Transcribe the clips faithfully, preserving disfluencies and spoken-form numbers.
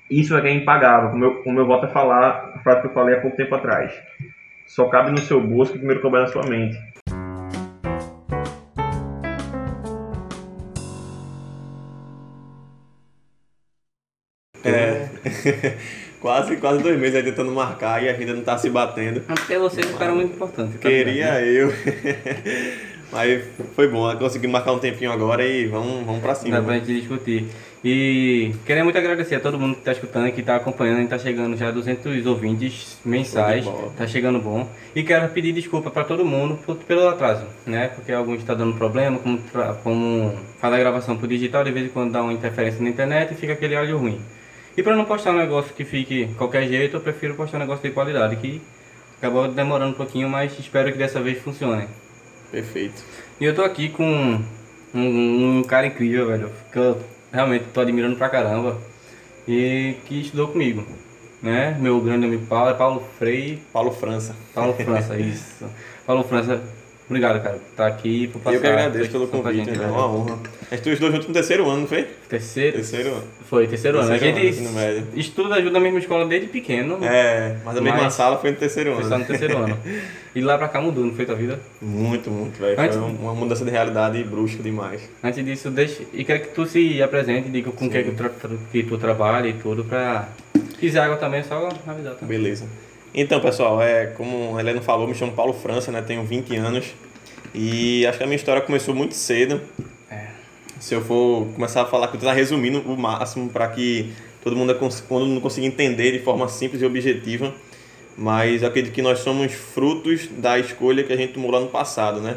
Isso é impagável. O meu, o meu voto é falar a frase que eu falei há pouco tempo atrás. Só cabe no seu bolso que primeiro couber na sua mente. É. quase, quase dois meses aí tentando marcar e a vida não tá se batendo. Porque vocês é um cara muito importante, tá ligado, Queria né? eu. Mas foi bom, consegui marcar um tempinho agora e vamos, vamos pra cima. Dá pra Mano. gente discutir. E queria muito agradecer a todo mundo que tá escutando e que tá acompanhando. A gente tá chegando já a duzentos ouvintes mensais. Show de bola. Tá chegando bom. E quero pedir desculpa pra todo mundo por- pelo atraso, né? Porque alguns tá dando problema, como, tra- como faz a gravação por digital, de vez em quando dá uma interferência na internet e fica aquele áudio ruim. E pra não postar um negócio que fique qualquer jeito, eu prefiro postar um negócio de qualidade, que acabou demorando um pouquinho, mas espero que dessa vez funcione. Perfeito. E eu tô aqui com um, um cara incrível, velho, que eu realmente tô admirando pra caramba e que estudou comigo, né? Meu grande amigo Paulo é Paulo Freire, Paulo França. Paulo França, isso. Paulo França, obrigado, cara, por estar aqui, por passar Eu que agradeço a pelo explicação pra convite, gente, né? É velho. uma honra. A gente estudou junto no terceiro ano, não foi? Terceiro, Terceiro ano. foi, terceiro, ano. A Terceiro ano, gente ensino médio. estuda junto na mesma escola desde pequeno, É, mas a mesma Mas- sala foi no terceiro foi ano. só no terceiro ano. E lá pra cá mudou, não foi tua vida? Muito, muito, velho. Foi Antes- uma mudança de realidade brusca demais. Antes disso, deixa, e quero que tu se apresente, diga com quem que, tu tra- tra- que tu trabalha e tudo, pra... Quiser água também, é só avisar também. Beleza. Então, pessoal, é, como a Helena falou, me chamo Paulo França, né? Tenho vinte anos. E acho que a minha história começou muito cedo. É. Se eu for começar a falar, que eu tentar resumindo o máximo para que todo mundo, cons- todo mundo consiga entender de forma simples e objetiva. Mas eu acredito que nós somos frutos da escolha que a gente tomou lá no passado, né?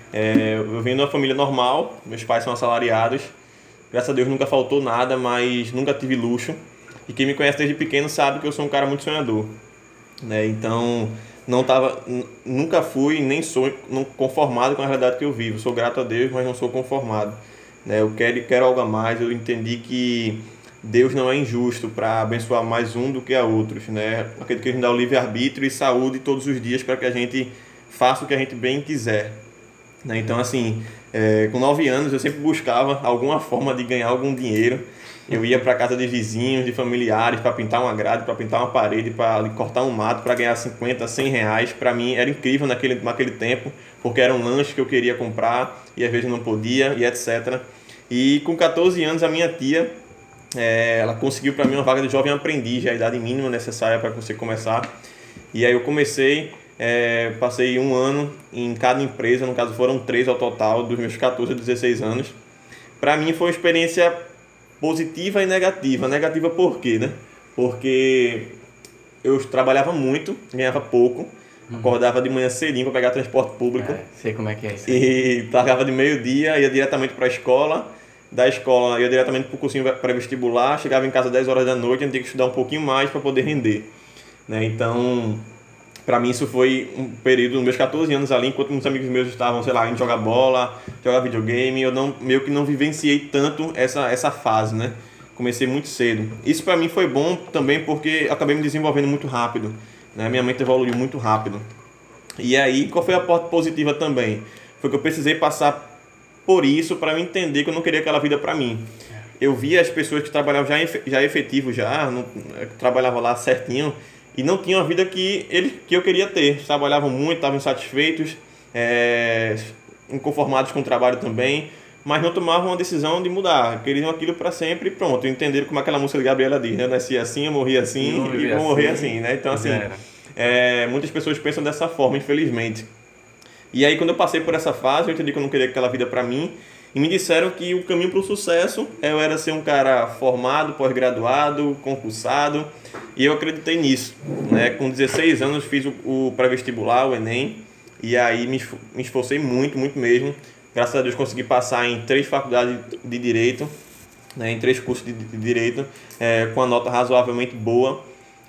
É, eu venho de uma família normal, meus pais são assalariados. Graças a Deus nunca faltou nada, mas nunca tive luxo. E quem me conhece desde pequeno sabe que eu sou um cara muito sonhador, né? Então, não tava, n- nunca fui nem sou não- conformado com a realidade que eu vivo. Sou grato a Deus, mas não sou conformado, né? Eu quero, quero algo a mais. Eu entendi que Deus não é injusto para abençoar mais um do que a outros, né? Acredito que Ele nos dá o livre-arbítrio e saúde todos os dias para que a gente faça o que a gente bem quiser, né? Então, assim, é, com nove anos eu sempre buscava alguma forma de ganhar algum dinheiro. Eu ia para casa de vizinhos, de familiares, para pintar uma grade, para pintar uma parede, para cortar um mato, para ganhar cinquenta, cem reais. Para mim era incrível naquele, naquele tempo, porque era um lanche que eu queria comprar e às vezes não podia, e etcétera. E com catorze anos a minha tia, é, ela conseguiu para mim uma vaga de jovem aprendiz, a idade mínima necessária para você começar. E aí eu comecei, é, passei um ano em cada empresa, no caso foram três ao total, dos meus catorze a dezesseis anos. Para mim foi uma experiência positiva e negativa. Negativa por quê, né? Porque eu trabalhava muito, ganhava pouco, acordava de manhã cedinho para pegar transporte público É, sei como é que é isso. aí. e largava de meio-dia, ia diretamente para a escola, da escola ia diretamente para o cursinho pré-vestibular, chegava em casa dez horas da noite, eu tinha que estudar um pouquinho mais para poder render, né? Então, para mim isso foi um período, nos meus catorze anos ali, enquanto muitos amigos meus estavam, sei lá, indo jogar bola, jogar videogame, eu não, meio que não vivenciei tanto essa, essa fase, né? Comecei muito cedo. Isso para mim foi bom também porque eu acabei me desenvolvendo muito rápido, né? Minha mente evoluiu muito rápido. E aí, qual foi a parte positiva também? Foi que eu precisei passar por isso para eu entender que eu não queria aquela vida para mim. Eu via as pessoas que trabalhavam já, efe- já efetivo, já, não, trabalhavam lá certinho, e não tinham a vida que, eles, que eu queria ter. Trabalhavam muito, estavam insatisfeitos, é, inconformados com o trabalho também, mas não tomavam uma decisão de mudar. Queriam aquilo para sempre e pronto. Entenderam como aquela música de Gabriela diz, né? Eu nasci assim, eu morri assim Vou e viver vou morrer assim, assim, né? Então, assim, já era. é, muitas pessoas pensam dessa forma, infelizmente. E aí, quando eu passei por essa fase, eu entendi que eu não queria aquela vida para mim. E me disseram que o caminho para o sucesso eu era ser um cara formado, pós-graduado, concursado. E eu acreditei nisso, né? Com dezesseis anos fiz o, o pré-vestibular, o Enem. E aí me, esfo- me esforcei muito, muito mesmo. Graças a Deus consegui passar em três faculdades de Direito, né? Em três cursos de, de Direito, é, com uma nota razoavelmente boa.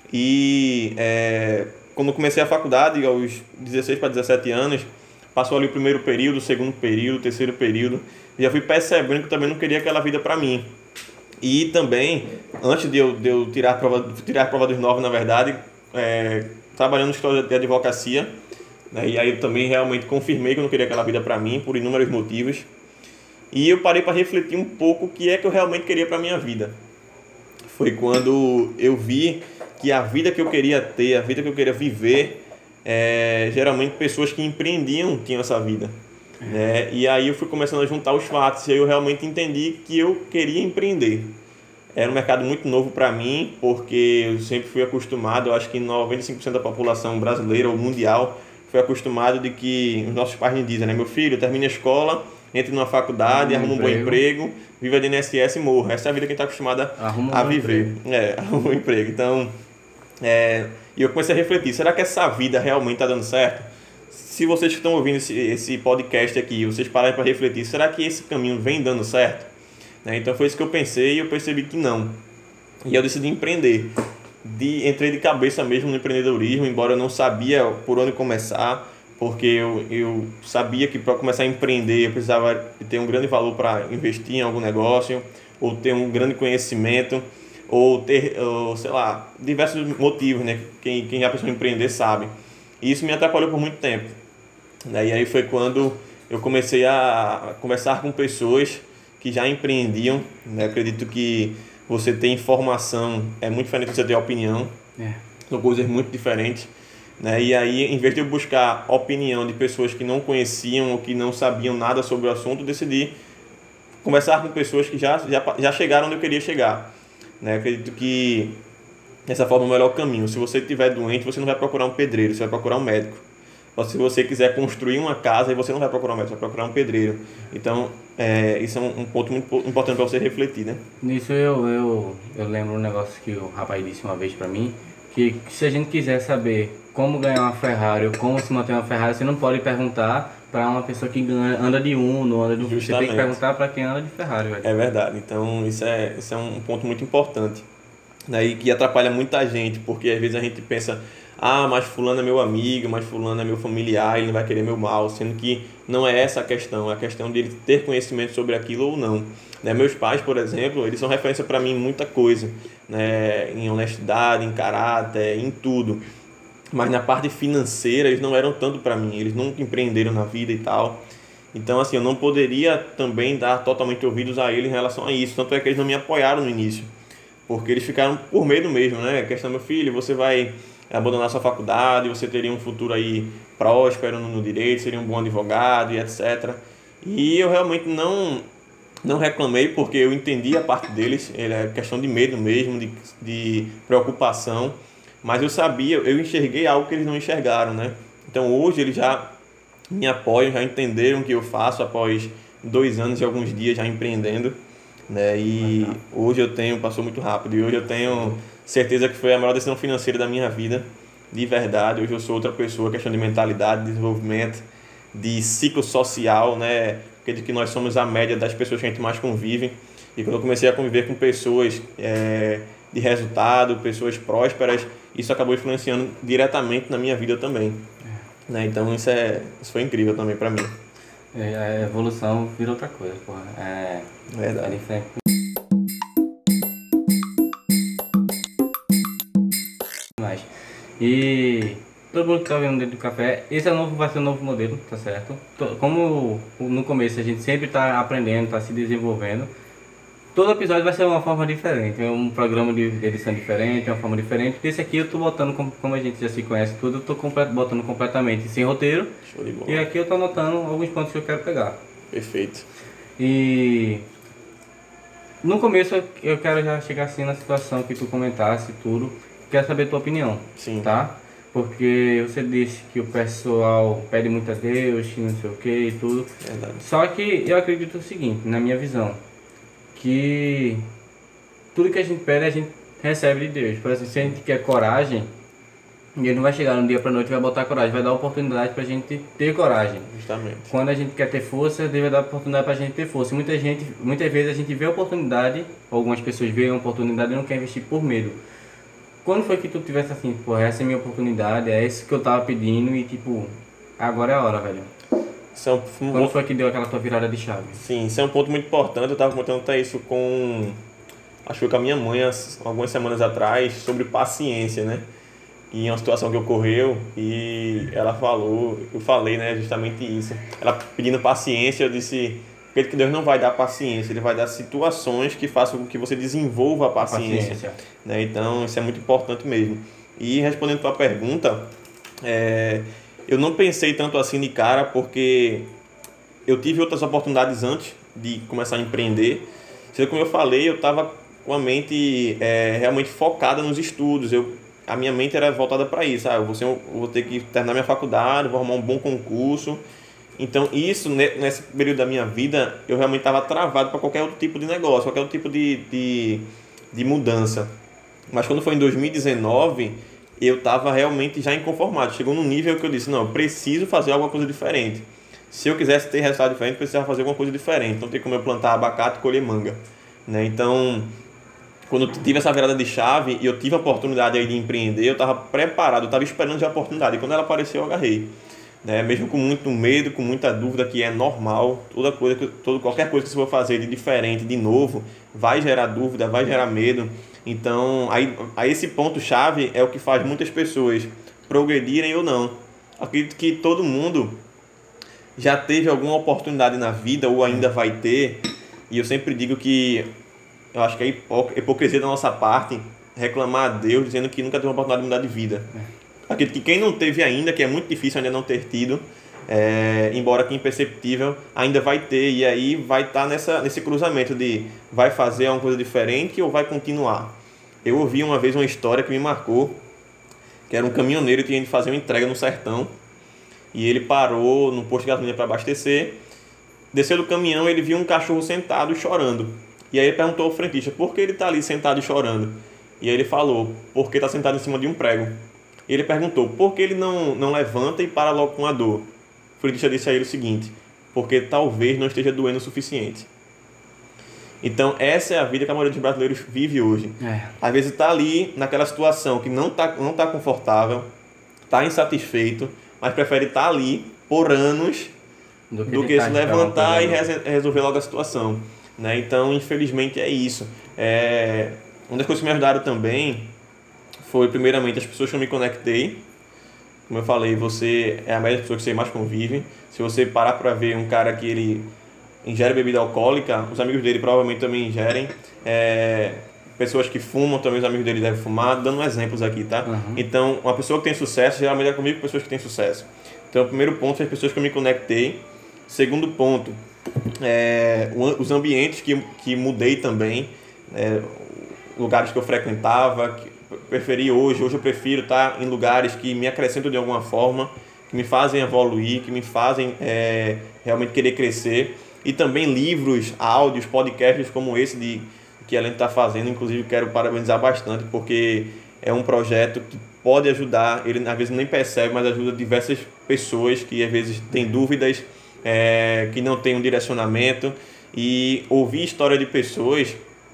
E é, quando eu comecei a faculdade, aos dezesseis para dezessete anos, passou ali o primeiro período, o segundo período, o terceiro período, e já fui percebendo que eu também não queria aquela vida para mim. E também, antes de eu, de eu tirar, a prova, tirar a prova dos nove, na verdade, é, trabalhando no escritório de advocacia, né, e aí eu também realmente confirmei que eu não queria aquela vida para mim, por inúmeros motivos. E eu parei para refletir um pouco o que é que eu realmente queria para minha vida. foi quando eu vi que a vida que eu queria ter, a vida que eu queria viver, é, geralmente pessoas que empreendiam tinham essa vida. Né? E aí eu fui começando a juntar os fatos e aí eu realmente entendi que eu queria empreender. Era um mercado muito novo para mim, porque eu sempre fui acostumado, eu acho que noventa e cinco por cento da população brasileira ou mundial foi acostumado de que os nossos pais me dizem, né? Meu filho, termine a escola, entre numa faculdade, arruma um bom emprego, viva de I N S S e morra. Essa é a vida que a gente está acostumado Arruma um a bom viver. emprego. É, arruma um emprego. Então, é, e eu comecei a refletir, será que essa vida realmente está dando certo? Se vocês que estão ouvindo esse, esse podcast aqui, vocês pararem para refletir, será que esse caminho vem dando certo? Né? Então foi isso que eu pensei e eu percebi que não. E eu decidi empreender. De, entrei de cabeça mesmo no empreendedorismo, embora eu não sabia por onde começar, porque eu, eu sabia que para começar a empreender eu precisava ter um grande valor para investir em algum negócio, ou ter um grande conhecimento, ou ter, ou, sei lá, diversos motivos, né? Quem, quem já pensou em empreender sabe. E isso me atrapalhou por muito tempo. E aí foi quando eu comecei a conversar com pessoas que já empreendiam. Né? Acredito que você ter informação é muito diferente de você ter opinião. É. São coisas muito diferentes. Né? E aí, em vez de eu buscar opinião de pessoas que não conheciam ou que não sabiam nada sobre o assunto, eu decidi conversar com pessoas que já, já, já chegaram onde eu queria chegar. Né? Acredito que essa forma é o melhor caminho. Se você estiver doente, você não vai procurar um pedreiro, você vai procurar um médico. Ou se você quiser construir uma casa, você não vai procurar um médico, você vai procurar um pedreiro. Então, é, isso é um, um ponto muito importante para você refletir, né? Nisso eu, eu, eu lembro um negócio que o rapaz disse uma vez pra mim, que se a gente quiser saber como ganhar uma Ferrari ou como se manter uma Ferrari, você não pode perguntar para uma pessoa que ganha, anda de Uno, anda de Justamente. Você tem que perguntar para quem anda de Ferrari. Velho. É verdade. Então, isso é, isso é um ponto muito importante. Né? E que atrapalha muita gente, porque às vezes a gente pensa, ah, mas fulano é meu amigo, mas fulano é meu familiar, ele não vai querer meu mal, sendo que não é essa a questão, é a questão de ele ter conhecimento sobre aquilo ou não. Né? Meus pais, por exemplo, eles são referência para mim em muita coisa, né? Em honestidade, em caráter, em tudo. Mas na parte financeira eles não eram tanto para mim, eles nunca empreenderam na vida e tal. Então assim, eu não poderia também dar totalmente ouvidos a eles em relação a isso, tanto é que eles não me apoiaram no início, porque eles ficaram por medo mesmo, né? A questão, meu filho, você vai abandonar sua faculdade, você teria um futuro aí próspero no direito, seria um bom advogado e etcétera. E eu realmente não, não reclamei, porque eu entendi a parte deles, é questão de medo mesmo, de, de preocupação, mas eu sabia, eu enxerguei algo que eles não enxergaram, né? Então hoje eles já me apoiam, já entenderam o que eu faço após dois anos e alguns dias já empreendendo. Né? E hoje eu tenho, passou muito rápido, e hoje eu tenho certeza que foi a maior decisão financeira da minha vida, de verdade. Hoje eu sou outra pessoa, questão de mentalidade, de desenvolvimento, de ciclo social, né? Porque de que nós somos a média das pessoas que a gente mais convive. E quando eu comecei a conviver com pessoas é, de resultado, pessoas prósperas, isso acabou influenciando diretamente na minha vida também. É. Né? Então isso, é, isso foi incrível também para mim. É, a evolução vira outra coisa, porra. É, Verdade. É diferente. Mais. E todo mundo que tá vendo dentro do café, esse é o novo, vai ser o novo modelo, tá certo? Como no começo a gente sempre tá aprendendo, tá se desenvolvendo, todo episódio vai ser uma forma diferente, é um programa de edição diferente, uma forma diferente. Esse aqui eu tô botando, como, como a gente já se conhece tudo, eu tô complet, botando completamente sem roteiro. Show de bola. E aqui eu tô anotando alguns pontos que eu quero pegar. Perfeito. E no começo eu quero já chegar assim na situação que tu comentasse tudo. Quero saber a tua opinião. Sim. Tá? Porque você disse que o pessoal pede muito a Deus, que não sei o que e tudo. Verdade. Só que eu acredito o seguinte, na minha visão, que tudo que a gente pede a gente recebe de Deus. Por exemplo, se a gente quer coragem, ele não vai chegar um dia pra noite e vai botar coragem, vai dar oportunidade pra gente ter coragem. Justamente. Quando a gente quer ter força, Deus vai dar oportunidade pra gente ter força. Muita gente, muitas vezes a gente vê a oportunidade, algumas pessoas veem a oportunidade e não quer investir por medo. Quando foi que tu tivesse assim, pô, essa é a minha oportunidade, é isso que eu tava pedindo e tipo, agora é a hora, velho? Isso é um, Quando foi que deu aquela tua virada de chave? Sim, isso é um ponto muito importante. Eu estava comentando até isso com, acho que com a minha mãe algumas semanas atrás, sobre paciência, né? E uma situação que ocorreu e ela falou, eu falei, né, justamente isso. Ela pedindo paciência, eu disse, acredito que Deus não vai dar paciência, Ele vai dar situações que façam com que você desenvolva a paciência. paciência. Né? Então, isso é muito importante mesmo. E respondendo a tua pergunta, é, eu não pensei tanto assim de cara, porque eu tive outras oportunidades antes de começar a empreender. Como eu falei, eu estava com a mente é, realmente focada nos estudos. Eu, a minha mente era voltada para isso. Ah, eu vou, ser, eu vou ter que terminar minha faculdade, vou arrumar um bom concurso. Então, isso, nesse período da minha vida, eu realmente estava travado para qualquer outro tipo de negócio, qualquer outro tipo de, de, de mudança. Mas quando foi em dois mil e dezenove, eu estava realmente já inconformado. Chegou num nível que eu disse, não, eu preciso fazer alguma coisa diferente. Se eu quisesse ter resultado diferente, eu precisava fazer alguma coisa diferente. Não tem como eu plantar abacate e colher manga. Né? Então, quando eu tive essa virada de chave e eu tive a oportunidade aí de empreender, eu estava preparado, eu estava esperando já a oportunidade. E quando ela apareceu, eu agarrei. Né? Mesmo com muito medo, com muita dúvida, que é normal, toda coisa, toda, qualquer coisa que você for fazer de diferente, de novo, vai gerar dúvida, vai gerar medo. Então, aí, aí esse ponto-chave é o que faz muitas pessoas progredirem ou não. Acredito que todo mundo já teve alguma oportunidade na vida ou ainda vai ter, e eu sempre digo que eu acho que é hipocrisia da nossa parte reclamar a Deus dizendo que nunca teve uma oportunidade de mudar de vida. Acredito que quem não teve ainda, que é muito difícil ainda não ter tido, é, embora que imperceptível, ainda vai ter, e aí vai estar tá nessa, nesse cruzamento de vai fazer uma coisa diferente ou vai continuar. Eu ouvi uma vez uma história que me marcou, que era um caminhoneiro que tinha de fazer uma entrega no sertão, e ele parou no posto de gasolina para abastecer, desceu do caminhão, ele viu um cachorro sentado chorando, e aí ele perguntou ao frentista, por que ele está ali sentado e chorando? E aí ele falou, porque está sentado em cima de um prego. E ele perguntou, por que ele não, não levanta e para logo com a dor? O frentista disse a ele o seguinte, porque talvez não esteja doendo o suficiente. Então, essa é a vida que a maioria dos brasileiros vive hoje. É. Às vezes está ali naquela situação que não está não tá confortável, está insatisfeito, mas prefere estar tá ali por anos do que, do que tá se levantar e res, resolver logo a situação. Né? Então, infelizmente, é isso. É, uma das coisas que me ajudaram também foi, primeiramente, as pessoas que eu me conectei. Como eu falei, você é a média pessoa que você mais convive. Se você parar para ver um cara que ele ingere bebida alcoólica, os amigos dele provavelmente também ingerem. É, pessoas que fumam, também os amigos dele devem fumar. Dando exemplos aqui, tá? Uhum. Então, uma pessoa que tem sucesso, geralmente é comigo com pessoas que têm sucesso. Então, o primeiro ponto foi as pessoas que eu me conectei. Segundo ponto, é, os ambientes que, que mudei também. É, lugares que eu frequentava, que preferi hoje, hoje eu prefiro estar em lugares que me acrescentam de alguma forma, que me fazem evoluir, que me fazem é, realmente querer crescer. E também livros, áudios, podcasts como esse de, que a Helene está fazendo, inclusive quero parabenizar bastante, porque é um projeto que pode ajudar, ele às vezes nem percebe, mas ajuda diversas pessoas que às vezes têm dúvidas, é, que não têm um direcionamento, e ouvir história de pessoas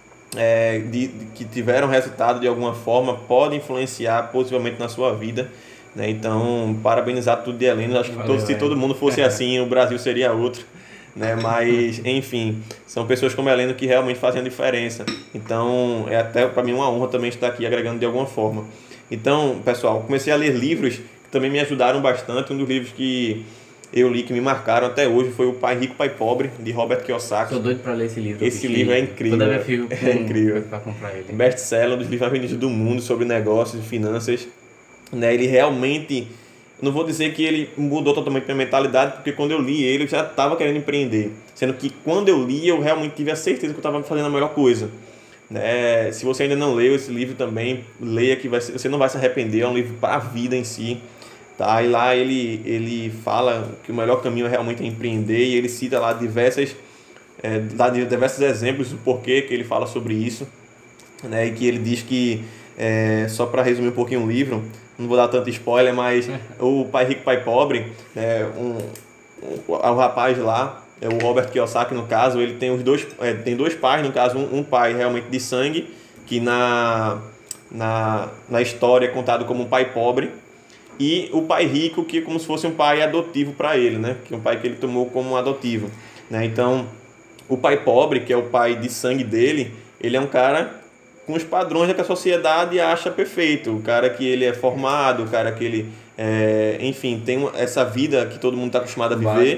É, de, de, que tiveram resultado de alguma forma pode influenciar positivamente na sua vida, né? Então, parabenizar tudo de Helene. Acho que Valeu, todo, se todo mundo fosse assim, o Brasil seria outro, né? Mas, enfim, são pessoas como a Helene que realmente fazem a diferença. Então, é até para mim uma honra também estar aqui agregando de alguma forma. Então, pessoal, comecei a ler livros que também me ajudaram bastante. Um dos livros que eu li que me marcaram até hoje foi o Pai Rico, Pai Pobre, de Robert Kiyosaki. Sou doido para ler esse livro. Esse livro é incrível. Toda vez fico é incrível. para comprar ele. Best-seller, um dos livros mais vendidos do mundo sobre negócios e finanças. Né? Ele realmente, não vou dizer que ele mudou totalmente minha mentalidade, porque quando eu li ele eu já estava querendo empreender. Sendo que quando eu li eu realmente tive a certeza que eu estava fazendo a melhor coisa. Né? Se você ainda não leu esse livro também, leia que vai ser, você não vai se arrepender, é um livro para a vida em si. Tá? E lá ele, ele fala que o melhor caminho é realmente empreender, e ele cita lá diversas, é, dá diversos exemplos do porquê que ele fala sobre isso, né? E que ele diz que, é, só para resumir um pouquinho o livro, não vou dar tanto spoiler, mas o Pai Rico, Pai Pobre, é, um, um, o rapaz lá, é o Robert Kiyosaki no caso, ele tem, os dois, é, tem dois pais, no caso um, um pai realmente de sangue, que na, na, na história é contado como um pai pobre, e o pai rico, que é como se fosse um pai adotivo para ele, né? Que é um pai que ele tomou como um adotivo, né? Então, o pai pobre, que é o pai de sangue dele, ele é um cara com os padrões que a sociedade acha perfeito. O cara que ele é formado, o cara que ele, é, enfim, tem essa vida que todo mundo está acostumado a viver,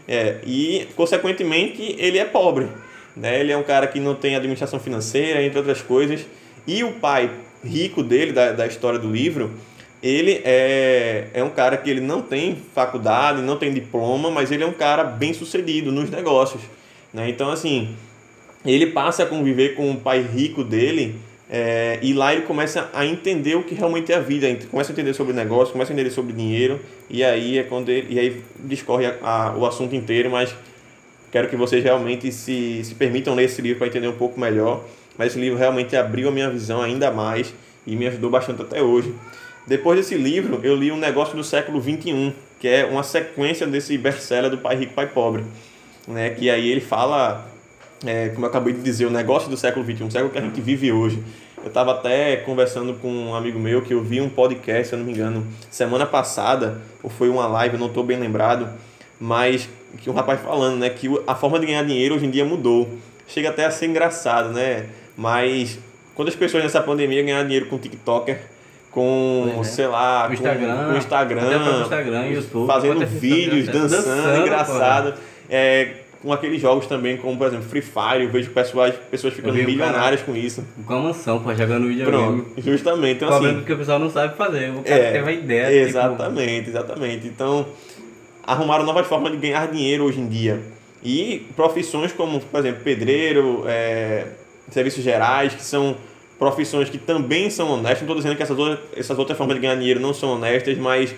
É, e, consequentemente, ele é pobre. Né? Ele é um cara que não tem administração financeira, entre outras coisas. E o pai rico dele, da, da história do livro, ele é, é um cara que ele não tem faculdade, não tem diploma, mas ele é um cara bem sucedido nos negócios. Né? Então, assim, ele passa a conviver com o pai rico dele, é, e lá ele começa a entender o que realmente é a vida, começa a entender sobre negócio, começa a entender sobre dinheiro, e aí é quando ele, e aí discorre a, a, o assunto inteiro, mas quero que vocês realmente se, se permitam ler esse livro para entender um pouco melhor. Mas esse livro realmente abriu a minha visão ainda mais e me ajudou bastante até hoje. Depois desse livro, eu li Um Negócio do Século vinte e um, que é uma sequência desse best-seller do Pai Rico, Pai Pobre. Né? Que aí ele fala, é, como eu acabei de dizer, o negócio do século vinte e um, o século que a gente vive hoje. Eu estava até conversando com um amigo meu que eu vi um podcast, se eu não me engano, semana passada, ou foi uma live, eu não estou bem lembrado, mas que um rapaz falando, né, que a forma de ganhar dinheiro hoje em dia mudou. Chega até a ser engraçado, né? Mas quando as pessoas nessa pandemia ganharam dinheiro com TikToker, com, é. sei lá, o Instagram, com, com Instagram, Instagram, YouTube, fazendo vídeos, dançando, dançando, engraçado, é, com aqueles jogos também, como por exemplo Free Fire, eu vejo pessoas, pessoas ficando milionárias com isso. Com a mansão, pô, jogando vídeo. Pronto, justamente. Então, assim, assim, que o pessoal não sabe fazer, o cara é, teve a ideia. Exatamente, tipo... exatamente. Então, arrumaram novas formas de ganhar dinheiro hoje em dia. E profissões como, por exemplo, pedreiro, é, serviços gerais, que são profissões que também são honestas. Não estou dizendo que essas outras, essas outras formas de ganhar dinheiro não são honestas, mas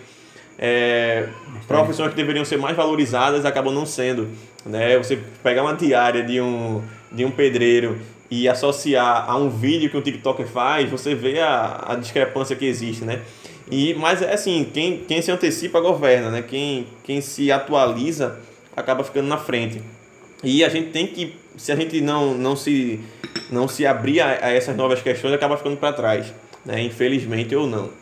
é, profissões que deveriam ser mais valorizadas acabam não sendo. Né? Você pegar uma diária de um, de um pedreiro e associar a um vídeo que um TikToker faz, você vê a, a discrepância que existe, né? E, mas é assim, quem, quem se antecipa governa, né? Quem, quem se atualiza acaba ficando na frente. E a gente tem que, se a gente não, não, se, não se abrir a, a essas novas questões, acaba ficando para trás, né? Infelizmente ou não.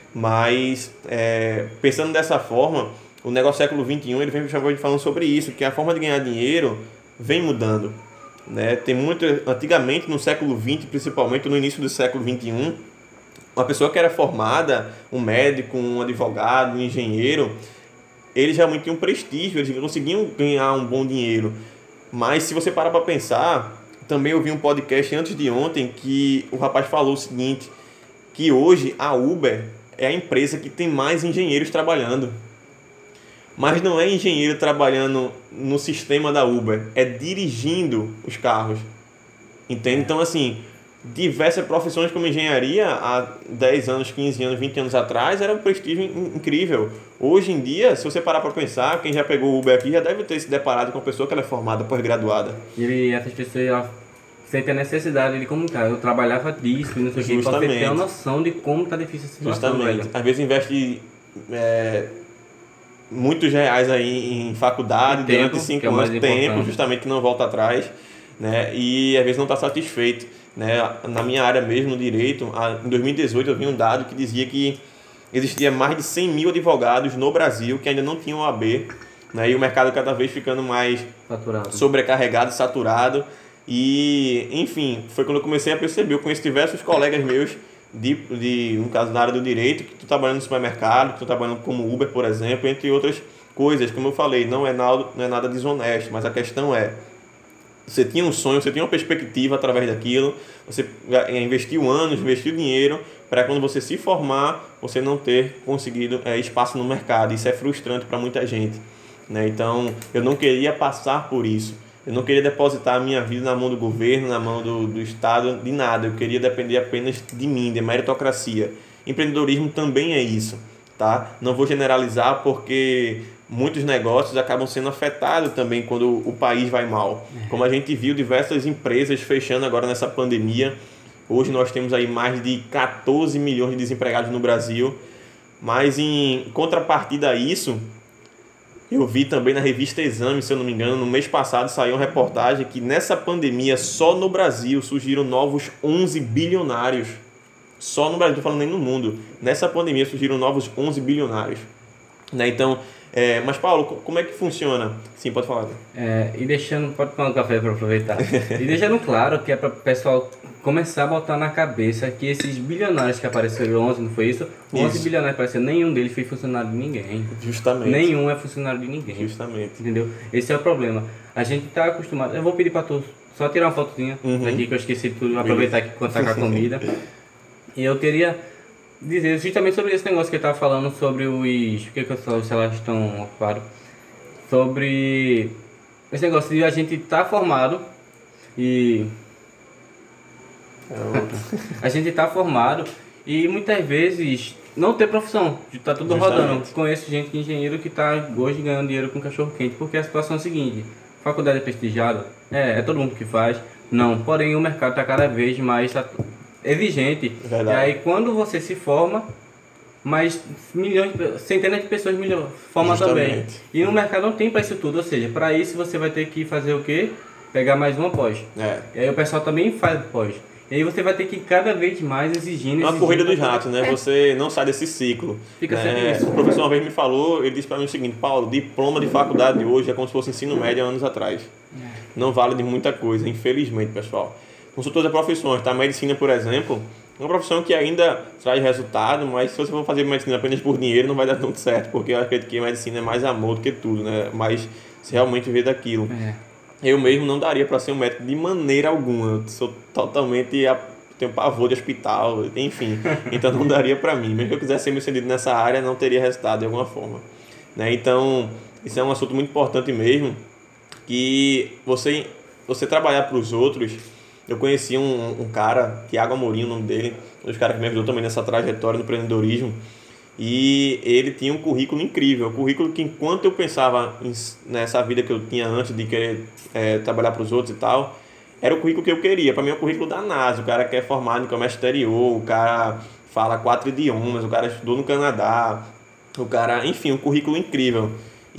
Mas, é, pensando dessa forma, o negócio século vinte e um, ele vem falando sobre isso, que a forma de ganhar dinheiro vem mudando. Né? Tem muito, antigamente, no século vinte, principalmente no início do século vinte e um, uma pessoa que era formada, um médico, um advogado, um engenheiro, eles realmente tinham prestígio, eles conseguiam ganhar um bom dinheiro. Mas se você parar para pensar, também eu vi um podcast antes de ontem que o rapaz falou o seguinte, que hoje a Uber é a empresa que tem mais engenheiros trabalhando. Mas não é engenheiro trabalhando no sistema da Uber, é dirigindo os carros. Entende? Então, assim, diversas profissões como engenharia há dez anos, quinze anos, vinte anos atrás era um prestígio incrível. Hoje em dia, se você parar para pensar, quem já pegou o Uber aqui já deve ter se deparado com uma pessoa que ela é formada, pós-graduada. E essas pessoas sentem a necessidade de comunicar. Eu trabalhava disso e não sei o que, para ter uma noção de como está difícil essa situação. Justamente. Velho. Às vezes investe é, muitos reais aí em faculdade, tempo, durante cinco é anos, tempo, importante. justamente que não volta atrás, né? E às vezes não está satisfeito. Né? Na minha área mesmo, no direito, em dois mil e dezoito eu vi um dado que dizia que existia mais de cem mil advogados no Brasil que ainda não tinham O A B, né? E o mercado cada vez ficando mais saturado. sobrecarregado, saturado. E, enfim, foi quando eu comecei a perceber. Eu conheço diversos colegas meus, de, de, no caso da área do direito, que estão trabalhando no supermercado, que estão trabalhando como Uber, por exemplo, entre outras coisas. Como eu falei, não é nada, não é nada desonesto, mas a questão é, você tinha um sonho, você tinha uma perspectiva através daquilo, você investiu anos, investiu dinheiro para quando você se formar, você não ter conseguido é, espaço no mercado. Isso é frustrante para muita gente. Né? Então, eu não queria passar por isso. Eu não queria depositar a minha vida na mão do governo, na mão do, do Estado, de nada. Eu queria depender apenas de mim, de meritocracia. Empreendedorismo também é isso. Tá? Não vou generalizar porque muitos negócios acabam sendo afetados também quando o país vai mal. Como a gente viu diversas empresas fechando agora nessa pandemia. Hoje nós temos aí mais de quatorze milhões de desempregados no Brasil. Mas em contrapartida a isso, eu vi também na revista Exame, se eu não me engano, no mês passado saiu uma reportagem que nessa pandemia, só no Brasil, surgiram novos onze bilionários. Só no Brasil, não estou falando nem no mundo. Nessa pandemia surgiram novos onze bilionários. Né? Então, é, mas Paulo, como é que funciona? Sim, pode falar. É, e deixando, pode tomar um café para aproveitar. E deixando claro que é para o pessoal começar a botar na cabeça que esses bilionários que apareceram ontem, não foi isso? onze Isso. bilionários que apareceram, nenhum deles foi funcionário de ninguém. Justamente. Nenhum é funcionário de ninguém. Justamente. Entendeu? Esse é o problema. A gente tá acostumado. Eu vou pedir pra tu só tirar uma fotozinha Uhum. daqui que eu esqueci de tudo, aproveitar aqui enquanto tá com a comida. E eu queria dizer justamente sobre esse negócio que ele tava falando sobre os. Por que, que os celulares estão ocupados? Sobre esse negócio de a gente tá formado e. A gente tá formado e muitas vezes não ter profissão, tá tudo Justamente. rodando. Conheço gente de engenheiro que tá hoje ganhando dinheiro com cachorro quente, porque a situação é a seguinte: faculdade é prestigiada, é, é todo mundo que faz, não, porém o mercado tá cada vez mais tá exigente. Verdade. E aí quando você se forma, mais milhões, centenas de pessoas milhões, formam também. Justamente. E no mercado não tem para isso tudo, ou seja, para isso você vai ter que fazer o quê? Pegar mais uma pós. É. E aí o pessoal também faz pós. E aí você vai ter que ir cada vez mais exigindo. É uma exigindo, corrida dos pra- ratos, né? É. Você não sai desse ciclo. Fica né? sempre isso. O professor uma vez me falou, ele disse para mim o seguinte: Paulo, diploma de faculdade hoje é como se fosse ensino médio há anos atrás. Não vale de muita coisa, infelizmente, pessoal. Não são todas as profissões, tá? Medicina, por exemplo, é uma profissão que ainda traz resultado, mas se você for fazer medicina apenas por dinheiro, não vai dar tanto certo, porque eu acredito que a medicina é mais amor do que tudo, né? Mas se realmente viver daquilo. É. Eu mesmo não daria para ser um médico de maneira alguma. Eu sou totalmente. A, tenho pavor de hospital, enfim. Então não daria para mim. Mesmo que eu quisesse ser meu sucedido nessa área, não teria resultado de alguma forma. Né? Então, isso é um assunto muito importante mesmo. Que você, você trabalhar para os outros. Eu conheci um, um cara, Tiago Amorim, o nome dele, um dos caras que me ajudou também nessa trajetória no empreendedorismo. E ele tinha um currículo incrível, um currículo que enquanto eu pensava em, nessa vida que eu tinha antes de querer é, trabalhar para os outros e tal, era o currículo que eu queria. Para mim é o currículo da NASA, o cara que é formado em comércio exterior, o cara fala quatro idiomas, o cara estudou no Canadá, o cara, enfim, um currículo incrível.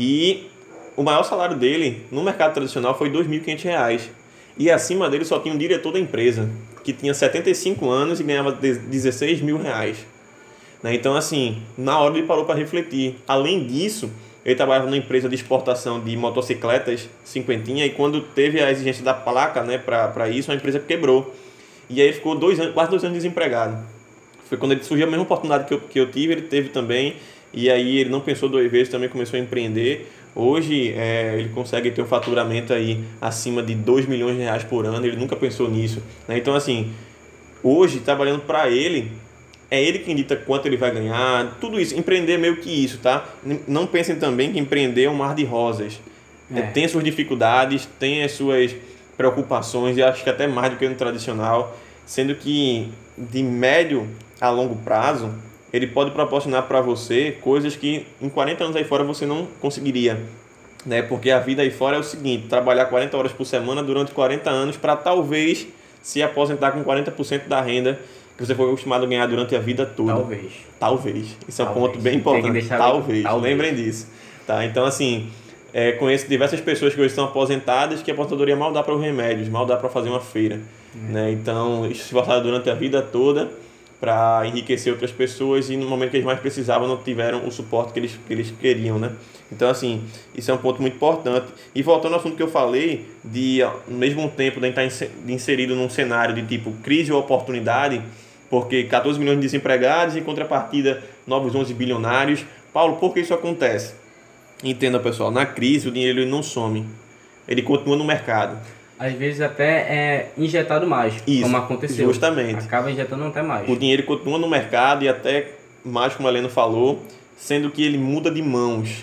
E o maior salário dele no mercado tradicional foi dois mil e quinhentos reais. E acima dele só tinha um diretor da empresa, que tinha setenta e cinco anos e ganhava dezesseis mil reais. Então, assim, na hora ele parou para refletir. Além disso, ele trabalhava numa empresa de exportação de motocicletas, cinquentinha, e quando teve a exigência da placa, né, para isso, a empresa quebrou. E aí ele ficou dois anos, quase dois anos desempregado. Foi quando ele surgiu a mesma oportunidade que eu, que eu tive, ele teve também, e aí ele não pensou duas vezes, também começou a empreender. Hoje é, ele consegue ter um faturamento aí acima de dois milhões de reais por ano, ele nunca pensou nisso. Né? Então, assim, hoje, trabalhando para ele, é ele quem dita quanto ele vai ganhar, tudo isso. Empreender é meio que isso, tá? Não pensem também que empreender é um mar de rosas. É. Tem as suas dificuldades, tem as suas preocupações, e acho que até mais do que no tradicional, sendo que de médio a longo prazo, ele pode proporcionar para você coisas que em quarenta anos aí fora você não conseguiria. Né? Porque a vida aí fora é o seguinte: trabalhar quarenta horas por semana durante quarenta anos para talvez se aposentar com quarenta por cento da renda que você foi acostumado a ganhar durante a vida toda. Talvez. Talvez. Isso é um Talvez. ponto bem Tem que importante. deixar Talvez. talvez. Lembrem disso. Tá? Então, assim, é, conheço diversas pessoas que hoje estão aposentadas que a aposentadoria mal dá para os remédios, mal dá para fazer uma feira. Hum. Né? Então, se esforçaram durante a vida toda para enriquecer outras pessoas e no momento que eles mais precisavam não tiveram o suporte que eles, que eles queriam, né? Então, assim, isso é um ponto muito importante. E voltando ao assunto que eu falei, de ao mesmo tempo de estar inserido num cenário de tipo crise ou oportunidade, porque quatorze milhões de desempregados, em contrapartida, novos onze bilionários. Paulo, por que isso acontece? Entenda, pessoal, na crise o dinheiro ele não some, ele continua no mercado. Às vezes até é injetado mais, Isso, como aconteceu. Justamente. Acaba injetando até mais. O dinheiro continua no mercado e até mais, como a Helena falou, sendo que ele muda de mãos.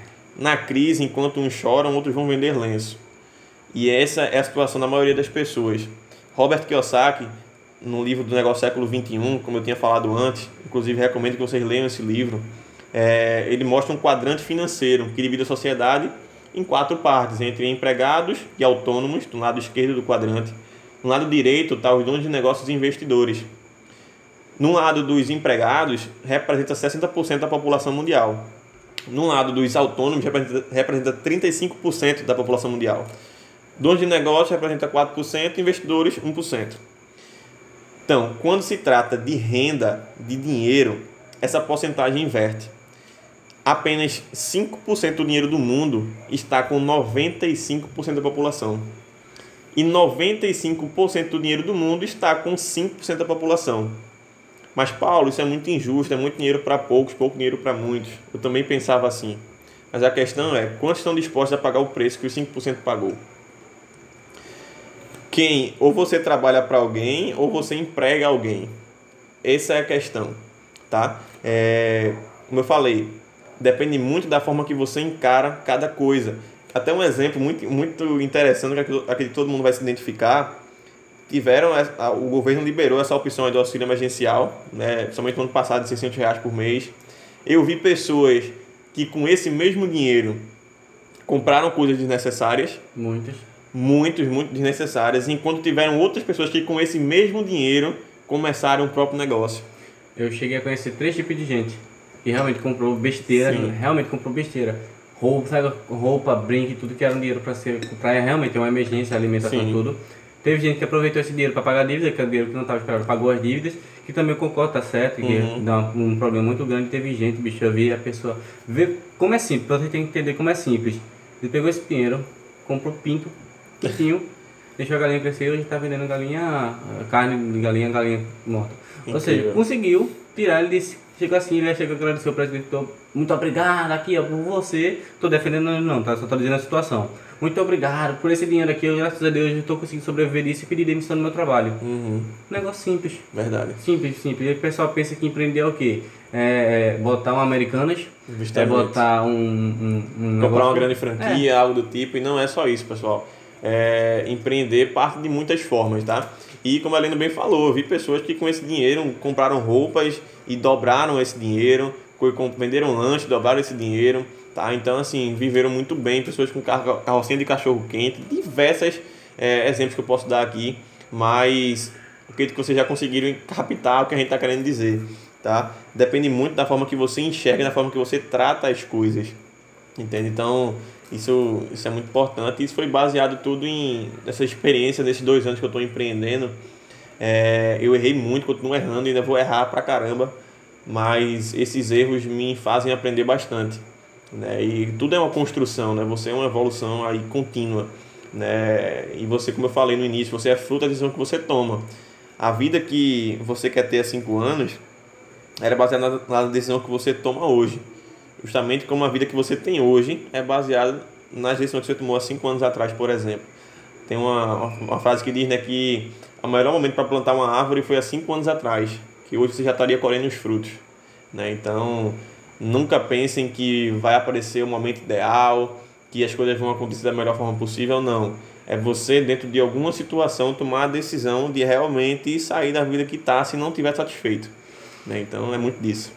Na crise, enquanto uns choram, outros vão vender lenço. E essa é a situação da maioria das pessoas. Robert Kiyosaki, no livro do Negócio Século vinte e um, como eu tinha falado antes, inclusive recomendo que vocês leiam esse livro, é, ele mostra um quadrante financeiro que divide a sociedade em quatro partes, entre empregados e autônomos, do lado esquerdo do quadrante. No lado direito está os donos de negócios e investidores. No lado dos empregados, representa sessenta por cento da população mundial. No lado dos autônomos, representa, representa trinta e cinco por cento da população mundial. Donos de negócios representa quatro por cento, investidores um por cento. Então, quando se trata de renda, de dinheiro, essa porcentagem inverte. Apenas cinco por cento do dinheiro do mundo está com noventa e cinco por cento da população. e noventa e cinco por cento do dinheiro do mundo está com cinco por cento da população. Mas, Paulo, isso é muito injusto, é muito dinheiro para poucos, pouco dinheiro para muitos. Eu também pensava assim. Mas a questão é, quantos estão dispostos a pagar o preço que os cinco por cento pagou? Quem? Ou você trabalha para alguém, ou você emprega alguém. Essa é a questão, tá? É, como eu falei, depende muito da forma que você encara cada coisa. Até um exemplo muito, muito interessante, que acredito que todo mundo vai se identificar. Tiveram, o governo liberou essa opção do auxílio emergencial, né, somente no ano passado, de seiscentos reais por mês. Eu vi pessoas que com esse mesmo dinheiro compraram coisas desnecessárias. Muitas. Muitos, muito desnecessárias. Enquanto tiveram outras pessoas que com esse mesmo dinheiro começaram o próprio negócio. Eu cheguei a conhecer três tipos de gente que realmente comprou besteira, Sim. realmente comprou besteira. Roupa, sabe, roupa, brinco, tudo que era um dinheiro para ser para realmente uma emergência, alimentação, Sim. tudo. Teve gente que aproveitou esse dinheiro para pagar dívidas, que era dinheiro que não estava esperado, pagou as dívidas, que também eu concordo, tá certo, que Uhum. dá um, um problema muito grande. Teve gente, bicho, eu vi a pessoa ver como é simples, você tem que entender como é simples. Ele pegou esse dinheiro, comprou pinto, pintinho, deixou a galinha crescer, hoje está vendendo galinha, carne de galinha, galinha morta. Ou Incrível. seja, conseguiu tirar, ele disse, chegou assim, ele chegou a agradecer o presidente, tô, muito obrigado aqui ó, por você, estou defendendo ele não, tá? Só estou dizendo a situação. Muito obrigado por esse dinheiro aqui, eu, graças a Deus eu estou conseguindo sobreviver disso e pedir demissão do meu trabalho. Uhum. Negócio simples. Verdade. Simples, simples. E o pessoal pensa que empreender é o quê? É, é botar um Americanas, é Justamente. botar um... um, um Comprar negócio- uma grande franquia, algo do tipo, e não é só isso, pessoal. É, empreender parte de muitas formas, tá? E como a Helena bem falou, eu vi pessoas que com esse dinheiro compraram roupas e dobraram esse dinheiro, co- com- venderam lanche, dobraram esse dinheiro, tá? Então, assim, viveram muito bem, pessoas com carro, carrocinha de cachorro quente, diversos é, exemplos que eu posso dar aqui, mas acredito que vocês já conseguiram captar o que a gente está querendo dizer, tá? Depende muito da forma que você enxerga, da forma que você trata as coisas, entende? Então, isso, isso é muito importante. Isso foi baseado tudo em essa experiência desses dois anos que eu estou empreendendo. É, eu errei muito, continuo errando e ainda vou errar pra caramba, mas esses erros me fazem aprender bastante, né? E tudo é uma construção, né? Você é uma evolução aí contínua, né? E você, como eu falei no início, você é fruto da decisão que você toma. A vida que você quer ter há cinco anos era baseada na, na decisão que você toma hoje. Justamente como a vida que você tem hoje é baseada nas decisões que você tomou há cinco anos atrás, por exemplo. Tem uma, uma frase que diz, né, que o melhor momento para plantar uma árvore foi há cinco anos atrás, que hoje você já estaria colhendo os frutos, né? Então, nunca pensem que vai aparecer o momento ideal, que as coisas vão acontecer da melhor forma possível, não. É você, dentro de alguma situação, tomar a decisão de realmente sair da vida que está, se não estiver satisfeito, né? Então, é muito disso.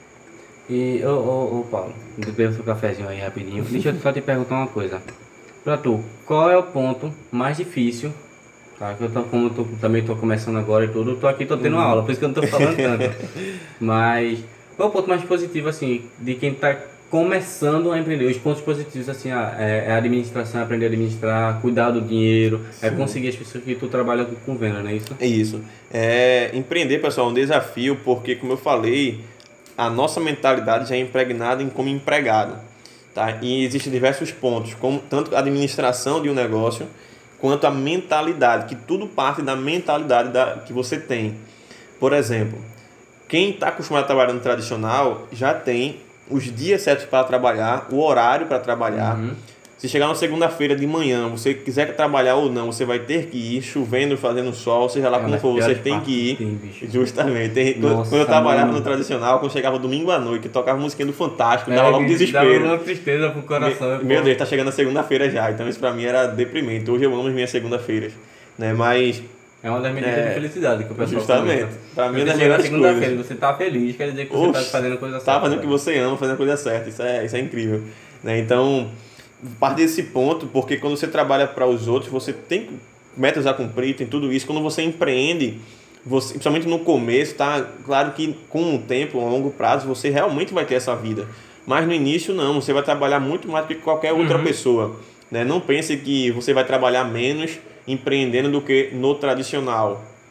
E, ô, ô, ô Paulo, bebeu seu cafezinho aí rapidinho. Deixa eu só te perguntar uma coisa. Pra tu, qual é o ponto mais difícil? Tá, que eu tô, como eu tô, também tô começando agora e tudo, eu tô aqui, tô tendo uma aula, por isso que eu não tô falando tanto. Mas, qual é o ponto mais positivo, assim, de quem tá começando a empreender? Os pontos positivos, assim, ah, é, é a administração, é aprender a administrar, cuidar do dinheiro, é conseguir as pessoas que tu trabalha com, com venda, não é isso? É isso. É, empreender, pessoal, é um desafio, porque, como eu falei, a nossa mentalidade já é impregnada em como empregado, tá? E existem diversos pontos, como tanto a administração de um negócio, quanto a mentalidade, que tudo parte da mentalidade da, que você tem. Por exemplo, quem está acostumado a trabalhar no tradicional já tem os dias certos para trabalhar, o horário para trabalhar. Uhum. Se chegar na segunda-feira de manhã, você quiser trabalhar ou não, você vai ter que ir, chovendo, fazendo sol, seja lá É, como mas for, você piores tem partes que ir. tem, bicho. Justamente. Tem- quando- Nossa, quando eu trabalhava mano. no tradicional, quando chegava domingo à noite, tocava musiquinha do Fantástico, É, dava logo bicho, desespero. Dava uma tristeza pro coração. Me- Meu Deus, tá chegando a segunda-feira já, então isso pra mim era deprimente. Hoje eu amo as minhas segunda-feiras, né? Mas, É uma das medidas É, de felicidade que o pessoal justamente. comenta. Pra mim é Você das chega na melhores segunda-feira e coisas. você tá feliz, quer dizer que você tá Oxe, fazendo coisa certa. tá fazendo o que velho. você ama, fazendo a coisa certa. Isso é, isso é incrível, né? Então, parte desse ponto, porque quando você trabalha para os outros, você tem metas a cumprir, tem tudo isso. Quando você empreende, você, principalmente no começo, tá? Claro que com o tempo, a longo prazo, você realmente vai ter essa vida. Mas no início, não. Você vai trabalhar muito mais do que qualquer outra Uhum. pessoa, né? Não pense que você vai trabalhar menos empreendendo do que no tradicional.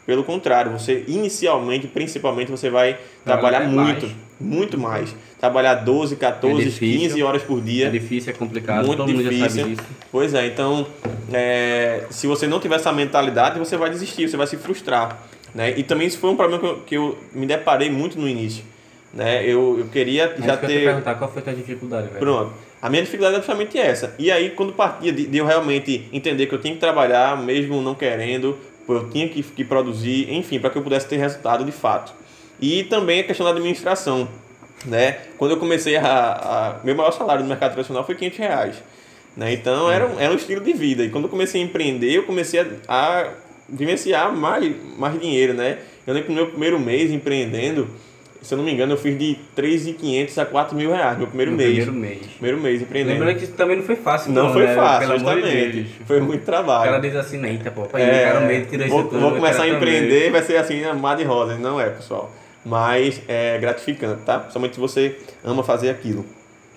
Pelo contrário, você inicialmente, principalmente, você vai trabalhar muito, mais. muito mais. Trabalhar doze, quatorze, É difícil. quinze horas por dia. É difícil, é complicado, Muito todo mundo já difícil. sabe disso. Pois é, então, é, se você não tiver essa mentalidade, você vai desistir, você vai se frustrar. Né? E também isso foi um problema que eu, que eu me deparei muito no início. Né? Eu, eu queria Mas já eu quero ter... te perguntar qual foi a tua dificuldade, velho. Pronto. A minha dificuldade é justamente essa. E aí, quando partia de, de eu realmente entender que eu tinha que trabalhar, mesmo não querendo, eu tinha que, que produzir, enfim, para que eu pudesse ter resultado de fato. E também a questão da administração. Né? Quando eu comecei a, a... Meu maior salário no mercado tradicional foi quinhentos reais. Né? Então, era um, era um estilo de vida. E quando eu comecei a empreender, eu comecei a, a vivenciar mais, mais dinheiro. Né? Eu lembro que no meu primeiro mês empreendendo, se eu não me engano, eu fiz de três mil e quinhentos a quatro mil reais, meu primeiro No mês. primeiro mês. Primeiro mês empreendendo. Lembrando que isso também não foi fácil. Não, foi né? fácil, Pelo amor de justamente. Deus. Foi muito O trabalho. cara diz assim, eita, pô, pai, É, eu quero meio de tirar isso vou, tudo. vou eu começar a quero empreender, também. vai ser assim, amado de rosas. Não é, pessoal. Mas é gratificante, tá? Principalmente se você ama fazer aquilo.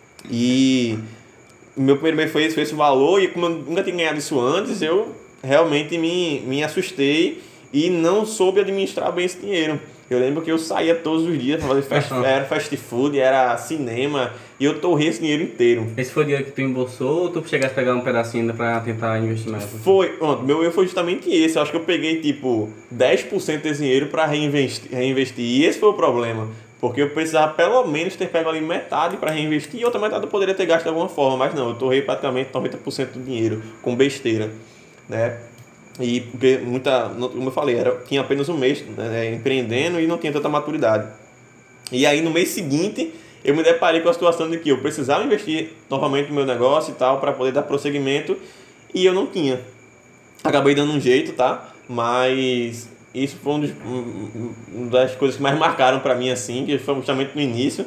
E meu primeiro mês foi esse, foi esse valor, e como eu nunca tinha ganhado isso antes, eu realmente me, me assustei e não soube administrar bem esse dinheiro. Eu lembro que eu saía todos os dias para fazer fast, era fast food, era cinema, e eu torrei esse dinheiro inteiro. Esse foi o dinheiro que tu embolsou ou tu chegaste a pegar um pedacinho ainda pra tentar investir mais? Foi, pronto, meu erro foi justamente esse. Eu acho que eu peguei tipo dez por cento desse dinheiro para reinvestir, reinvestir, e esse foi o problema. Porque eu precisava pelo menos ter pego ali metade para reinvestir, e outra metade eu poderia ter gasto de alguma forma, mas não, eu torrei praticamente noventa por cento do dinheiro com besteira, né? E porque muita, como eu falei, era, tinha apenas um mês, né, empreendendo, e não tinha tanta maturidade. E aí no mês seguinte eu me deparei com a situação de que eu precisava investir novamente no meu negócio e tal para poder dar prosseguimento, e eu não tinha. Acabei dando um jeito, tá? Mas isso foi um dos, um, uma das coisas que mais marcaram para mim, assim, que foi justamente no início,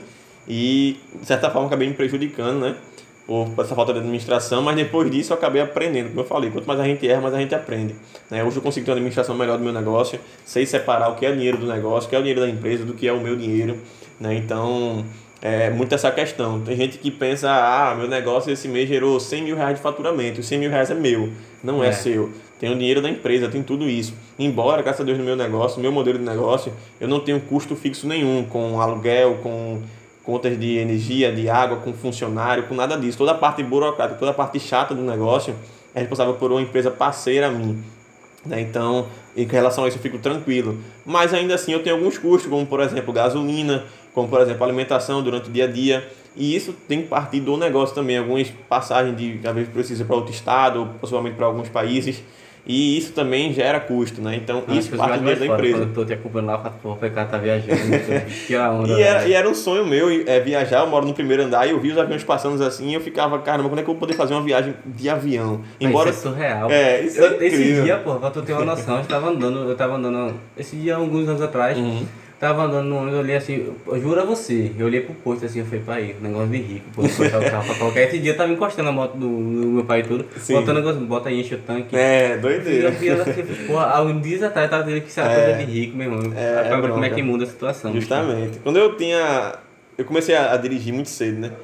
e de certa forma acabei me prejudicando, né? Por essa falta de administração, mas depois disso eu acabei aprendendo, como eu falei, quanto mais a gente erra, mais a gente aprende. Né? Hoje eu consigo ter uma administração melhor do meu negócio, sei separar o que é dinheiro do negócio, o que é o dinheiro da empresa, do que é o meu dinheiro. Né? Então, é muito essa questão. Tem gente que pensa, ah, meu negócio esse mês gerou cem mil reais de faturamento, os cem mil reais é meu, não é, é seu. Tem o dinheiro da empresa, tem tudo isso. Embora, graças a Deus, no meu negócio, no meu modelo de negócio, eu não tenho custo fixo nenhum, com aluguel, com contas de energia, de água, com funcionário, com nada disso. Toda a parte burocrática, toda a parte chata do negócio é responsável por uma empresa parceira a mim. Né? Então, em relação a isso eu fico tranquilo. Mas ainda assim eu tenho alguns custos, como por exemplo gasolina, como por exemplo alimentação durante o dia a dia. E isso tem que partir do negócio também. Algumas passagens de, às vezes, precisa para outro estado, ou possivelmente para alguns países. E isso também gera custo, né? Então, ah, isso parte da empresa. Quando eu tô te acompanhando lá, eu falo, pô, o cara tá viajando, que a onda. E era, e era um sonho meu é, viajar, eu moro no primeiro andar e eu vi os aviões passando assim e eu ficava, caramba, quando é que eu vou poder fazer uma viagem de avião? Embora... Isso é surreal. É, isso eu, é incrível. Esse dia, pô, pra tu ter uma noção, eu tava andando, eu tava andando, esse dia, alguns anos atrás, uhum. Tava andando no ônibus, eu olhei assim, eu juro a você, eu olhei pro posto assim, eu falei, pai, negócio de rico, pô, botar o carro pra colocar. Esse dia eu tava encostando a moto do, do meu pai e tudo, Sim. botando negócio, bota aí, enche o tanque. É, doideira. Eu vi ela assim, porra, há uns dias atrás eu tava dizendo que isso era coisa de rico, meu irmão. É, pra ver como é que muda a situação. Justamente. Quando eu tinha, eu comecei a, a dirigir muito cedo, né,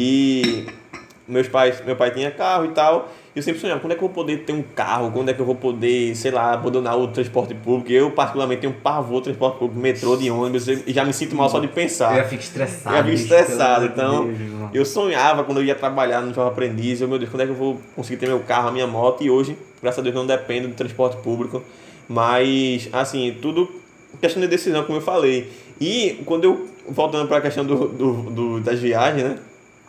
e meus pais, meu pai tinha carro e tal, e eu sempre sonhava, quando é que eu vou poder ter um carro, quando é que eu vou poder, sei lá, abandonar o transporte público. Eu, particularmente, tenho um pavor do transporte público, metrô, de ônibus, e já me sinto mal só de pensar. Eu já fico estressado. Eu já fico estressado, então Deus, eu sonhava quando eu ia trabalhar no Jovem Aprendiz, eu, meu Deus, quando é que eu vou conseguir ter meu carro, a minha moto, e hoje, graças a Deus, não dependo do transporte público, mas, assim, tudo questão de decisão, como eu falei. E quando eu, voltando para a questão do, do, do, das viagens, né,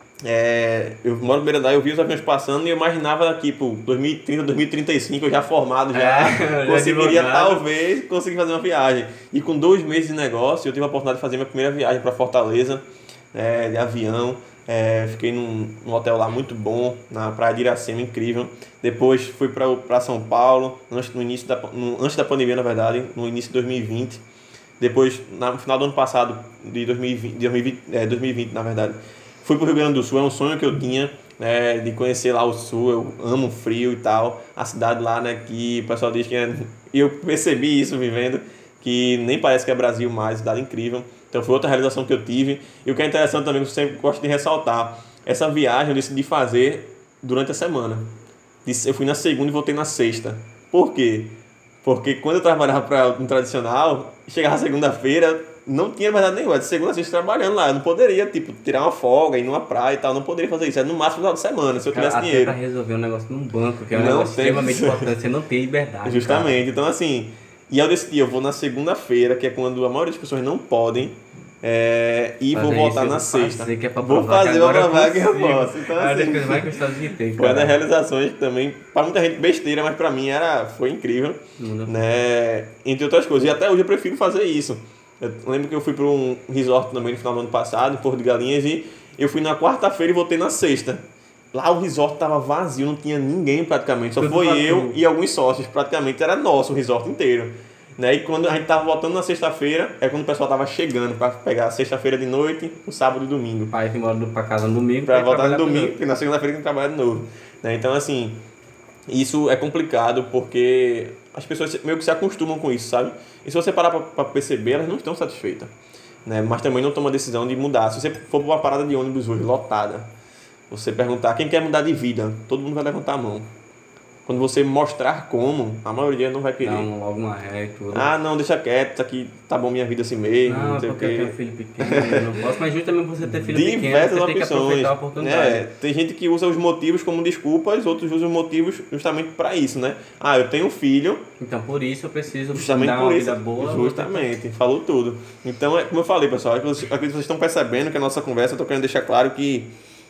É, eu moro no Beirandá, eu vi os aviões passando e eu imaginava que por dois mil e trinta, dois mil e trinta e cinco eu já formado, já é, conseguiria já talvez conseguir fazer uma viagem. E com dois meses de negócio eu tive a oportunidade de fazer minha primeira viagem para Fortaleza, é, de avião. É, fiquei num, num hotel lá muito bom, na praia de Iracema, incrível. Depois fui para São Paulo, antes, no início da, no, antes da pandemia, na verdade, no início de dois mil e vinte. Depois, no final do ano passado, de dois mil e vinte, de dois mil e vinte, é, dois mil e vinte na verdade, fui para o Rio Grande do Sul. É um sonho que eu tinha, né, de conhecer lá o Sul. Eu amo o frio e tal. A cidade lá, né, que o pessoal diz que é... E eu percebi isso vivendo, que nem parece que é Brasil mais, cidade incrível. Então foi outra realização que eu tive. E o que é interessante também, que eu sempre gosto de ressaltar, essa viagem eu decidi fazer durante a semana. Eu fui na segunda e voltei na sexta. Por quê? Porque quando eu trabalhava pra, no tradicional, chegava segunda-feira, não tinha mais nada nenhuma. De segunda a sexta trabalhando lá. Eu não poderia, tipo, tirar uma folga, ir numa praia e tal. Eu não poderia fazer isso. Era no máximo no final de semana, se eu tivesse Cara, dinheiro. Até pra resolver um negócio num banco, que é um Não negócio tem extremamente isso. importante, você não tem liberdade. Justamente. Cara. Então, assim... E eu decidi, eu vou na segunda-feira, que é quando a maioria das pessoas não podem, é, e Fazer vou voltar isso, na eu sexta. fazer que é pra Vou provar fazer que pra agora eu provar que eu consigo. posso. Então, Ah, das assim, coisas mais gostosas que tem, foi uma das cara. realizações que também, para muita gente, besteira, mas pra mim era, foi incrível, Muda. né? Entre outras coisas. E até hoje eu prefiro fazer isso. Eu lembro que eu fui para um resort também no final do ano passado, em Porto de Galinhas, e eu fui na quarta-feira e voltei na sexta. Lá o resort tava vazio, não tinha ninguém praticamente, só Tudo foi vazio. eu e alguns sócios, praticamente era nosso o resort inteiro. Né? E quando a gente tava voltando na sexta-feira, é quando o pessoal tava chegando para pegar sexta-feira de noite, o sábado e domingo. Pai foi embora pra casa no domingo. Pra ir voltar no trabalhar domingo, pro porque na segunda-feira tem que trabalhar de novo. Né? Então, assim, isso é complicado porque as pessoas meio que se acostumam com isso, sabe? E se você parar pra, pra perceber, elas não estão satisfeitas. Né? Mas também não tomam a decisão de mudar. Se você for pra uma parada de ônibus hoje, lotada, você perguntar quem quer mudar de vida, todo mundo vai levantar a mão. Quando você mostrar como, a maioria não vai querer. Não, logo uma ré e tudo. Ah, não, deixa quieto, isso aqui tá bom minha vida assim mesmo. Não, Não é sei o porque eu quê. tenho filho pequeno, eu não posso. Mas justamente por você ter filho pequeno, Diversas você tem que opções. aproveitar a oportunidade. É, tem gente que usa os motivos como desculpas, outros usam os motivos justamente para isso, né? Ah, eu tenho um filho, Então por isso eu preciso justamente dar por uma isso. vida boa. vou Justamente, falou tudo. Então, é como eu falei, pessoal, acredito que vocês estão percebendo que a nossa conversa, eu tô querendo deixar claro que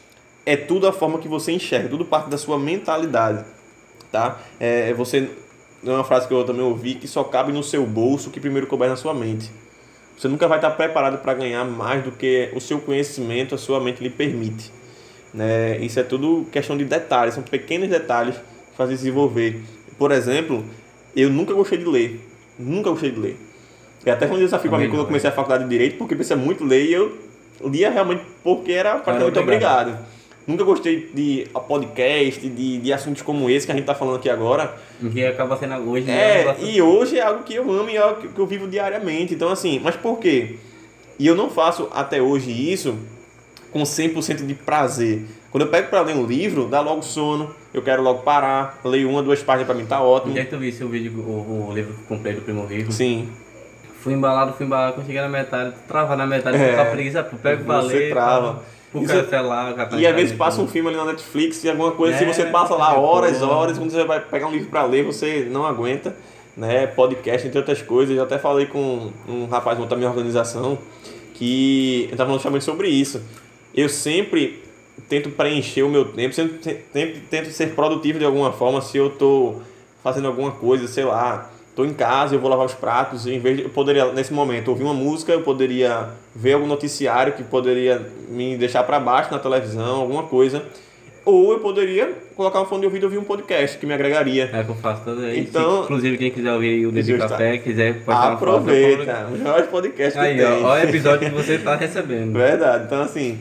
é tudo a forma que você enxerga, tudo parte da sua mentalidade, tá? É, você, é uma frase que eu também ouvi, que só cabe no seu bolso o que primeiro couber na sua mente. Você nunca vai estar preparado para ganhar mais do que o seu conhecimento, a sua mente lhe permite. Né? Isso é tudo questão de detalhes, são pequenos detalhes que fazem desenvolver. Por exemplo, eu nunca gostei de ler. Nunca gostei de ler. E até foi um desafio para mim quando eu comecei a faculdade de Direito, porque precisa muito ler e eu lia realmente porque era praticamente obrigado. obrigado. Nunca gostei de podcast, de, de assuntos como esse que a gente está falando aqui agora. Que acaba sendo hoje. É, né? e hoje é algo que eu amo e é algo que eu vivo diariamente. Então, assim, mas por quê? E eu não faço até hoje isso com cem por cento de prazer. Quando eu pego para ler um livro, dá logo sono, eu quero logo parar, leio uma, duas páginas para mim, tá ótimo. Onde é que tu visse o vídeo, o, o livro completo do Primo Rico? Sim. Fui embalado, fui embalado, quando cheguei na metade, trava na metade, É, fica preguiça, tu pega o você balé, trava. o Isso- cancelar, E às vezes passa um filme ali na Netflix e alguma coisa, se É, você passa lá é, horas, pô. horas, quando você vai pegar um livro para ler, você não aguenta, né? Podcast, entre outras coisas. Eu até falei com um rapaz da minha organização que eu estava falando justamente sobre isso. Eu sempre tento preencher o meu tempo, sempre tento, tento ser produtivo de alguma forma. Se eu estou fazendo alguma coisa, sei lá, estou em casa, eu vou lavar os pratos, em vez de, eu poderia, nesse momento, ouvir uma música, eu poderia ver algum noticiário que poderia me deixar para baixo na televisão, alguma coisa. Ou eu poderia colocar um fone de ouvido e ouvir um podcast que me agregaria. É que eu faço tudo isso. Então- Inclusive, quem quiser ouvir o Dedo de Justa. Café, quiser postar uma foto, Aproveita, os melhores podcasts que Aí, tem. ó, olha o episódio que você tá recebendo. Verdade. Então, assim,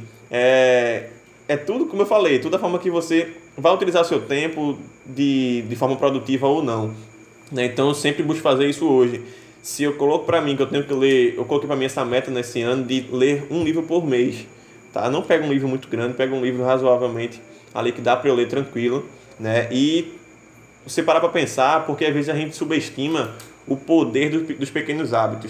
é, é tudo, como eu falei, tudo a forma que você vai utilizar o seu tempo de, de forma produtiva ou não. Né? Então, eu sempre busco fazer isso hoje. Se eu coloco para mim que eu tenho que ler, eu coloquei para mim essa meta nesse ano de ler um livro por mês. Tá? Não pega um livro muito grande, pega um livro razoavelmente ali que dá para eu ler tranquilo. Né? E você parar para pensar, porque às vezes a gente subestima o poder dos, dos pequenos hábitos.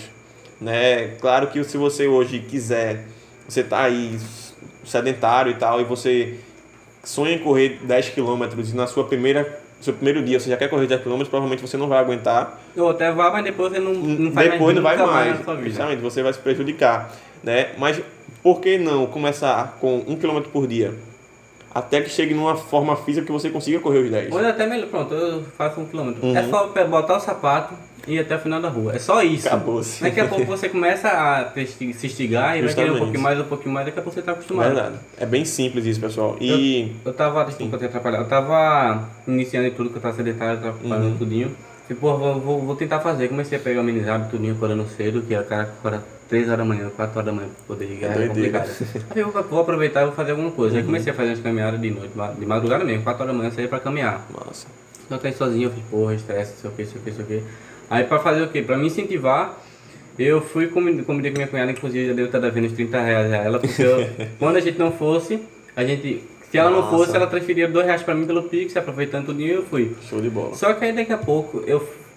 Né? Claro que se você hoje quiser, você tá aí sedentário e tal, e você sonha em correr dez quilômetros e na sua primeira, seu primeiro dia você já quer correr dez quilômetros, provavelmente você não vai aguentar. Ou até vá, mas depois você não, não faz Depois mais, não vai nunca mais, na sua vida. justamente, você vai se prejudicar. Né? Mas por que não começar com um quilômetro por dia? Até que chegue numa forma física que você consiga correr os dez. Ou até melhor, pronto, eu faço um quilômetro. Uhum. É só pe- botar o sapato e ir até o final da rua. É só isso. Acabou-se. Daqui a pouco você começa a testi- se estigar e vai querer um Justamente. pouquinho mais, um pouquinho mais, daqui a pouco você tá acostumado. Verdade. É bem simples isso, pessoal. E Eu tava, desculpa ter atrapalhado, eu tava iniciando em tudo que eu tava sedentário, tava fazendo Uhum. tudinho. E, pô, vou, vou, vou tentar fazer. Comecei a pegar amenizado, tudinho, acordando cedo, que a cara acorda três horas da manhã, quatro horas da manhã pra poder ligar, é Doideira. complicado. Aí eu vou aproveitar e vou fazer alguma coisa. Aí comecei a fazer umas caminhadas de noite, de madrugada mesmo, quatro horas da manhã, saí pra caminhar. Nossa. Eu caí sozinho, eu fiz, porra, estresse, sei o que, sei o que, sei o que. Aí pra fazer o quê? Pra me incentivar, eu fui comer com minha cunhada, inclusive já deu estar devendo uns trinta reais a ela, porque eu, quando a gente não fosse, a gente, se ela não Nossa. fosse, ela transferia dois reais pra mim pelo Pix, aproveitando tudo e eu fui. Show de bola. Só que aí daqui a pouco, eu,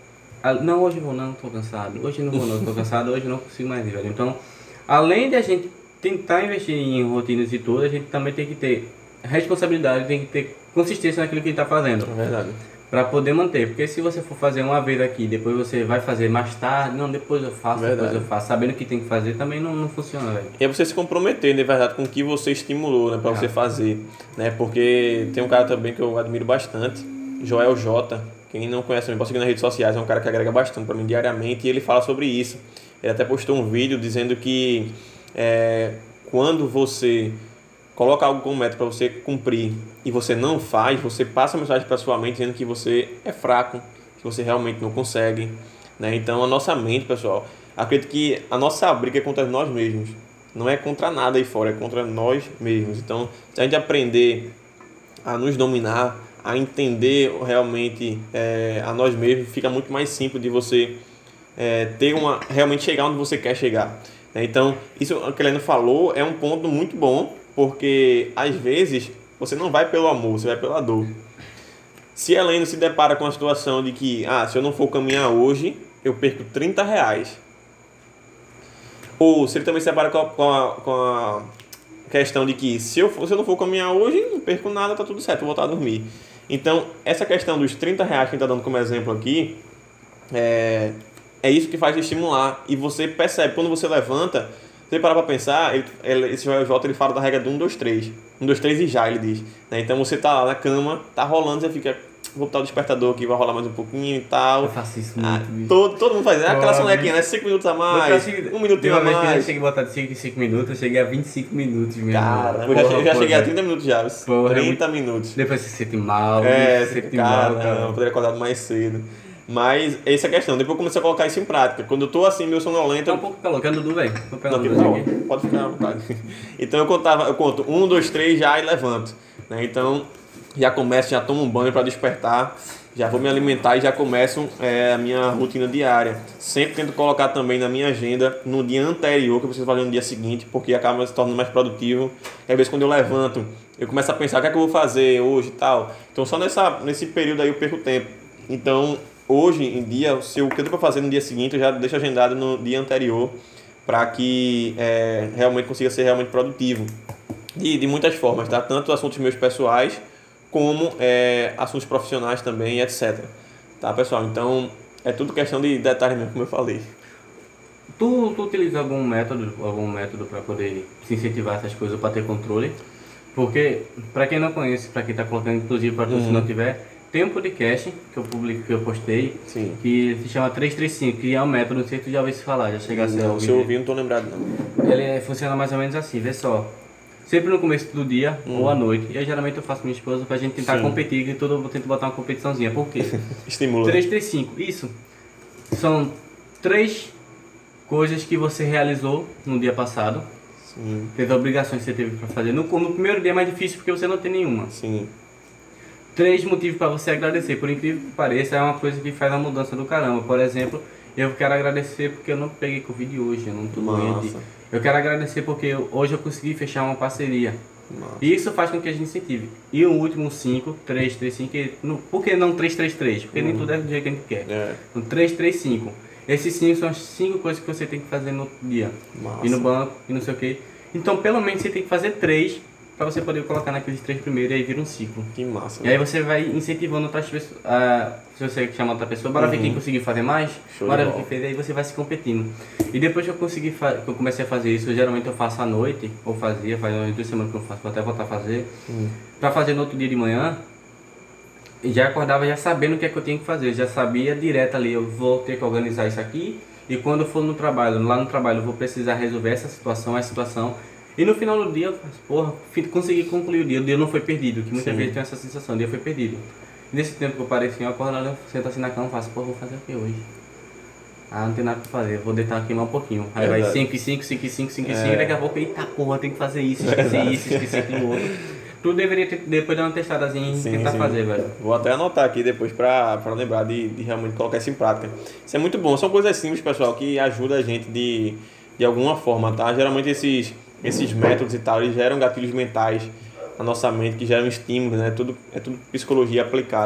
ah, não, hoje eu vou não, tô cansado, hoje não vou não, tô cansado, hoje não consigo mais, velho. Então, além de a gente tentar investir em rotinas e tudo, a gente também tem que ter responsabilidade, tem que ter consistência naquilo que a gente tá fazendo. É verdade. Pra poder manter, porque se você for fazer uma vez aqui, depois você vai fazer mais tarde, não, depois eu faço, Verdade. depois eu faço, sabendo o que tem que fazer, também não, não funciona, velho. E é você se comprometer, de verdade, com o que você estimulou, né, para você fazer, né? Porque tem um cara também que eu admiro bastante, Joel J. Quem não conhece também, pode seguir nas redes sociais, é um cara que agrega bastante para mim diariamente e ele fala sobre isso. Ele até postou um vídeo dizendo que é, quando você coloca algo como meta para você cumprir e você não faz, você passa a mensagem para sua mente dizendo que você é fraco, que você realmente não consegue, né? Então a nossa mente, pessoal, acredito que a nossa briga é contra nós mesmos, não é contra nada aí fora, é contra nós mesmos. Então se a gente aprender a nos dominar, a entender realmente é, a nós mesmos, fica muito mais simples de você é, ter uma, realmente chegar onde você quer chegar, né? Então isso que a Helena falou é um ponto muito bom, porque às vezes você não vai pelo amor, você vai pela dor. Se a Helena se depara com a situação de que, ah, se eu não for caminhar hoje, eu perco trinta reais. Ou se ele também se depara com a, com a, com a questão de que, se eu, for, se eu não for caminhar hoje, não perco nada, tá tudo certo, vou voltar a dormir. Então, essa questão dos trinta reais que a gente está dando como exemplo aqui, é, é isso que faz estimular. E você percebe, quando você levanta, você parar para pensar, ele, ele, esse Joel J, ele fala da regra do um, dois, três. um, dois, três e já, ele diz, né? Então você tá lá na cama, tá rolando, você fica, vou botar o despertador aqui, vai rolar mais um pouquinho e tal. Eu faço isso muito, ah, bicho. todo, todo mundo faz, é aquela Pô, sonequinha, né? cinco minutos a mais, um minutinho a Uma vez que eu mais. cheguei a botar de cinco em cinco minutos, eu cheguei a vinte e cinco minutos mesmo. Cara, eu já, Porra, eu já pô, cheguei a velho. trinta minutos já, Porra, trinta minutos. Depois você se sente mal, É, você se sente cara, mal, cara. não, eu poderia acordar mais cedo. Mas essa é a questão, depois eu comecei a colocar isso em prática. Quando eu tô assim, meio sonolento... Tá um pouco calor, quer Dudu, velho? Vou pegar Não, o aqui Dudu tá aqui. bom, pode ficar à vontade. Então eu contava, eu conto um, dois, três já e levanto, né? Então já começo, já tomo um banho para despertar, já vou me alimentar e já começo é, a minha rotina diária. Sempre tento colocar também na minha agenda no dia anterior, que eu preciso fazer no dia seguinte, porque acaba se tornando mais produtivo. E às vezes quando eu levanto, eu começo a pensar o que é que eu vou fazer hoje e tal. Então só nessa, nesse período aí eu perco tempo. Então hoje em dia, se o que eu tenho para fazer no dia seguinte, eu já deixo agendado no dia anterior, para que é, realmente consiga ser realmente produtivo. De, de muitas formas, tá? Tanto assuntos meus pessoais, como é, assuntos profissionais também, etcétera. Tá, pessoal? Então, é tudo questão de detalhes mesmo, como eu falei. Tu, tu utiliza algum método, algum método para poder se incentivar essas coisas, para ter controle? Porque, para quem não conhece, para quem está colocando, inclusive para tu Uhum. se não tiver, tem um podcast que eu publico, que eu postei, Sim. que se chama trezentos e trinta e cinco, que é um método, não sei se tu já ouviu se falar, já chegasse a Não, ouvir. se eu ouvir, não tô lembrado não. Ele é- funciona mais ou menos assim, vê só. Sempre no começo do dia Hum. ou à noite. E eu geralmente eu faço com minha esposa pra gente tentar Sim. competir, que todo eu tento botar uma competiçãozinha. Por quê? Estimula. trezentos e trinta e cinco, isso. São três coisas que você realizou no dia passado. Sim, Três obrigações que você teve pra fazer. No, no primeiro dia é mais difícil porque você não tem nenhuma. sim. Três motivos para você agradecer. Por incrível que pareça, é uma coisa que faz a mudança do caramba. Por exemplo, eu quero agradecer porque eu não peguei Covid hoje, eu não tô doente. Massa. Eu quero agradecer porque eu- hoje eu consegui fechar uma parceria. Massa. E isso faz com que a gente incentive. E o último cinco, três, três, cinco, no- por que não três, três, três? Porque nem tudo é do jeito que a gente quer. É, Então três, três, cinco. Esses cinco são as cinco coisas que você tem que fazer no outro dia. massa. Ir no banco, e não sei o que. Então pelo menos você tem que fazer três para você poder colocar naqueles três primeiros e aí vira um ciclo. Que massa. E aí você vai incentivando outras pessoas. ah, se você chama outra pessoa, bora ver Uhum. quem conseguiu fazer mais, Show bora de ver quem bola. fez, aí você vai se competindo. E depois que eu consegui fa- que eu comecei a fazer isso, eu, geralmente eu faço à noite, ou fazia, faz umas duas semanas que eu faço, vou até voltar a fazer, Hum. pra fazer no outro dia de manhã. E já acordava já sabendo o que é que eu tinha que fazer, eu já sabia direto ali, eu vou ter que organizar isso aqui, e quando eu for no trabalho, lá no trabalho eu vou precisar resolver essa situação, essa situação. E no final do dia, eu faço, porra, fi- consegui concluir o dia, o dia não foi perdido, que muitas Sim. vezes tem essa sensação, o dia foi perdido. E nesse tempo que eu parei assim, eu acordo, eu sento assim na cama e faço, porra, vou fazer o que hoje? Ah, não tem nada pra fazer, vou deitar aqui mais um pouquinho. Aí vai Verdade. cinco, cinco, cinco, cinco, cinco, É. cinco, e daqui a pouco, eita porra, tem que fazer isso, esqueci Verdade. isso, esqueci aquilo outro. Tu deveria ter, depois dar uma testadazinha e Sim, tentar sim. fazer, velho. Vou até anotar aqui depois pra, pra lembrar de, de realmente colocar isso em prática. Isso é muito bom. São coisas simples, pessoal, que ajudam a gente de, de alguma forma, tá? Geralmente esses, esses métodos e tal, eles geram gatilhos mentais na nossa mente, que geram estímulos, né? Tudo, é tudo psicologia aplicada.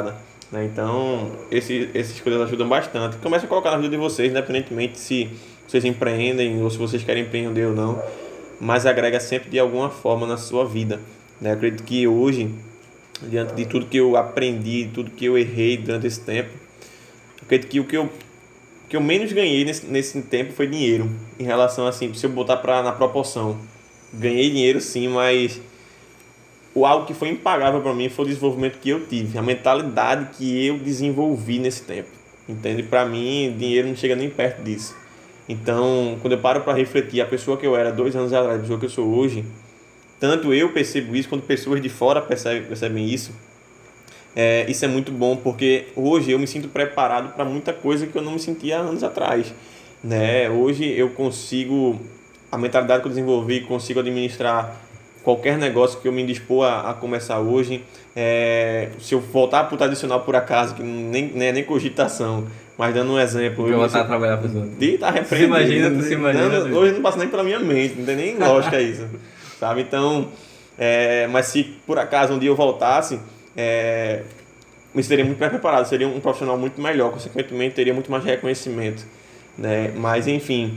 Né? Então, esse, essas coisas ajudam bastante. Comece a colocar na vida de vocês, independentemente se vocês empreendem ou se vocês querem empreender ou não, mas agrega sempre de alguma forma na sua vida. Né? Eu acredito que hoje, diante de tudo que eu aprendi, tudo que eu errei durante esse tempo, eu acredito que o que eu, que eu menos ganhei nesse, nesse tempo foi dinheiro. Em relação assim, se eu botar pra, na proporção, ganhei dinheiro sim, mas o algo que foi impagável para mim foi o desenvolvimento que eu tive, a mentalidade que eu desenvolvi nesse tempo. Entende? Para mim, dinheiro não chega nem perto disso. Então, quando eu paro para refletir a pessoa que eu era dois anos atrás, a pessoa que eu sou hoje, tanto eu percebo isso, quanto pessoas de fora percebem, percebem isso. É, isso é muito bom, porque hoje eu me sinto preparado para muita coisa que eu não me sentia anos atrás. Né? Hoje eu consigo, a mentalidade que eu desenvolvi, consigo administrar qualquer negócio que eu me indispor a, a começar hoje. É, se eu voltar para o tradicional por acaso, que nem, nem é nem cogitação, mas dando um exemplo... Eu eu voltar a trabalhar para os outros. De estar Tu se imagina, tu se imagina. Não, hoje não passa nem pela minha mente, não tem nem lógica isso. Sabe? Então, é, mas se por acaso um dia eu voltasse, é, me seria muito mais preparado, seria um profissional muito melhor, consequentemente teria muito mais reconhecimento. Né? Mas enfim...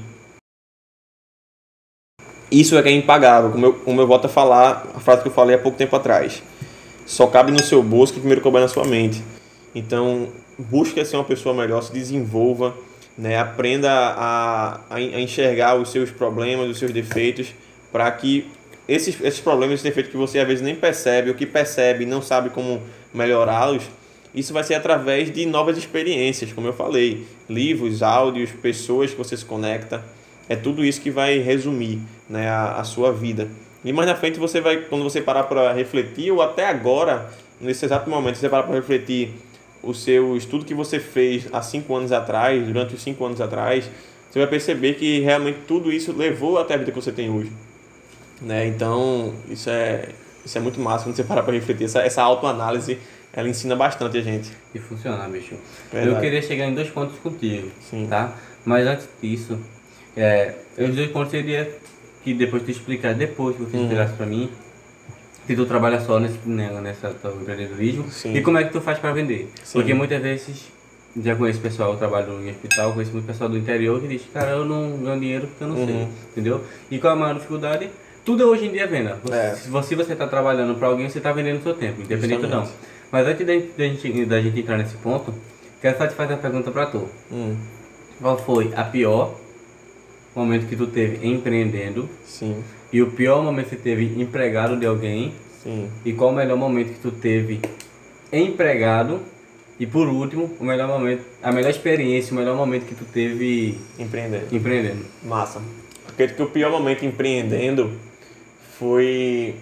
Isso é que é impagável, como eu, como eu volto a falar, a frase que eu falei há pouco tempo atrás. Só cabe no seu bolso que primeiro couber na sua mente. Então, busque ser uma pessoa melhor, se desenvolva, né? Aprenda a, a enxergar os seus problemas, os seus defeitos, para que esses, esses problemas, esses defeitos que você às vezes nem percebe, ou que percebe e não sabe como melhorá-los, isso vai ser através de novas experiências, como eu falei. Livros, áudios, pessoas que você se conecta. É tudo isso que vai resumir, né, a, a sua vida. E mais na frente você vai, quando você parar para refletir, ou até agora, nesse exato momento, você parar para refletir o seu estudo que você fez há cinco anos atrás, durante os cinco anos atrás, você vai perceber que realmente tudo isso levou até a vida que você tem hoje. Né? Então, isso é, isso é muito massa quando você parar para refletir. Essa, essa autoanálise, ela ensina bastante a gente. E funciona, bicho. Verdade. Eu queria chegar em dois pontos contigo, Sim. tá? Mas antes disso... É, os dois pontos seria que depois tu explicar, depois que você uhum. explicasse pra mim, se tu trabalha só nesse, né, nessa teu empreendedorismo. Sim. E como é que tu faz pra vender. Sim. Porque muitas vezes, já conheço pessoal, eu trabalho em hospital, conheço muito pessoal do interior que diz, cara, eu não ganho dinheiro porque eu não uhum. sei, entendeu? E qual a maior dificuldade? Tudo hoje em dia é venda. É. Se você está trabalhando para alguém, você está vendendo o seu tempo, independente ou não. Mas antes da gente, da gente entrar nesse ponto, quero só te fazer uma pergunta para tu. Hum. Qual foi a pior momento que tu teve empreendendo? Sim. E o pior momento que tu teve empregado de alguém? Sim. E qual o melhor momento que tu teve empregado? E por último, o melhor momento, a melhor experiência, o melhor momento que tu teve empreendendo. Empreendendo. Massa. Acredito que o pior momento empreendendo foi...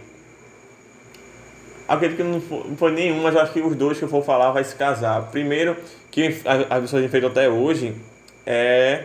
Acredito que não foi, não foi nenhum, mas eu acho que os dois que eu vou falar vai se casar. Primeiro, que as pessoas têm feito até hoje, é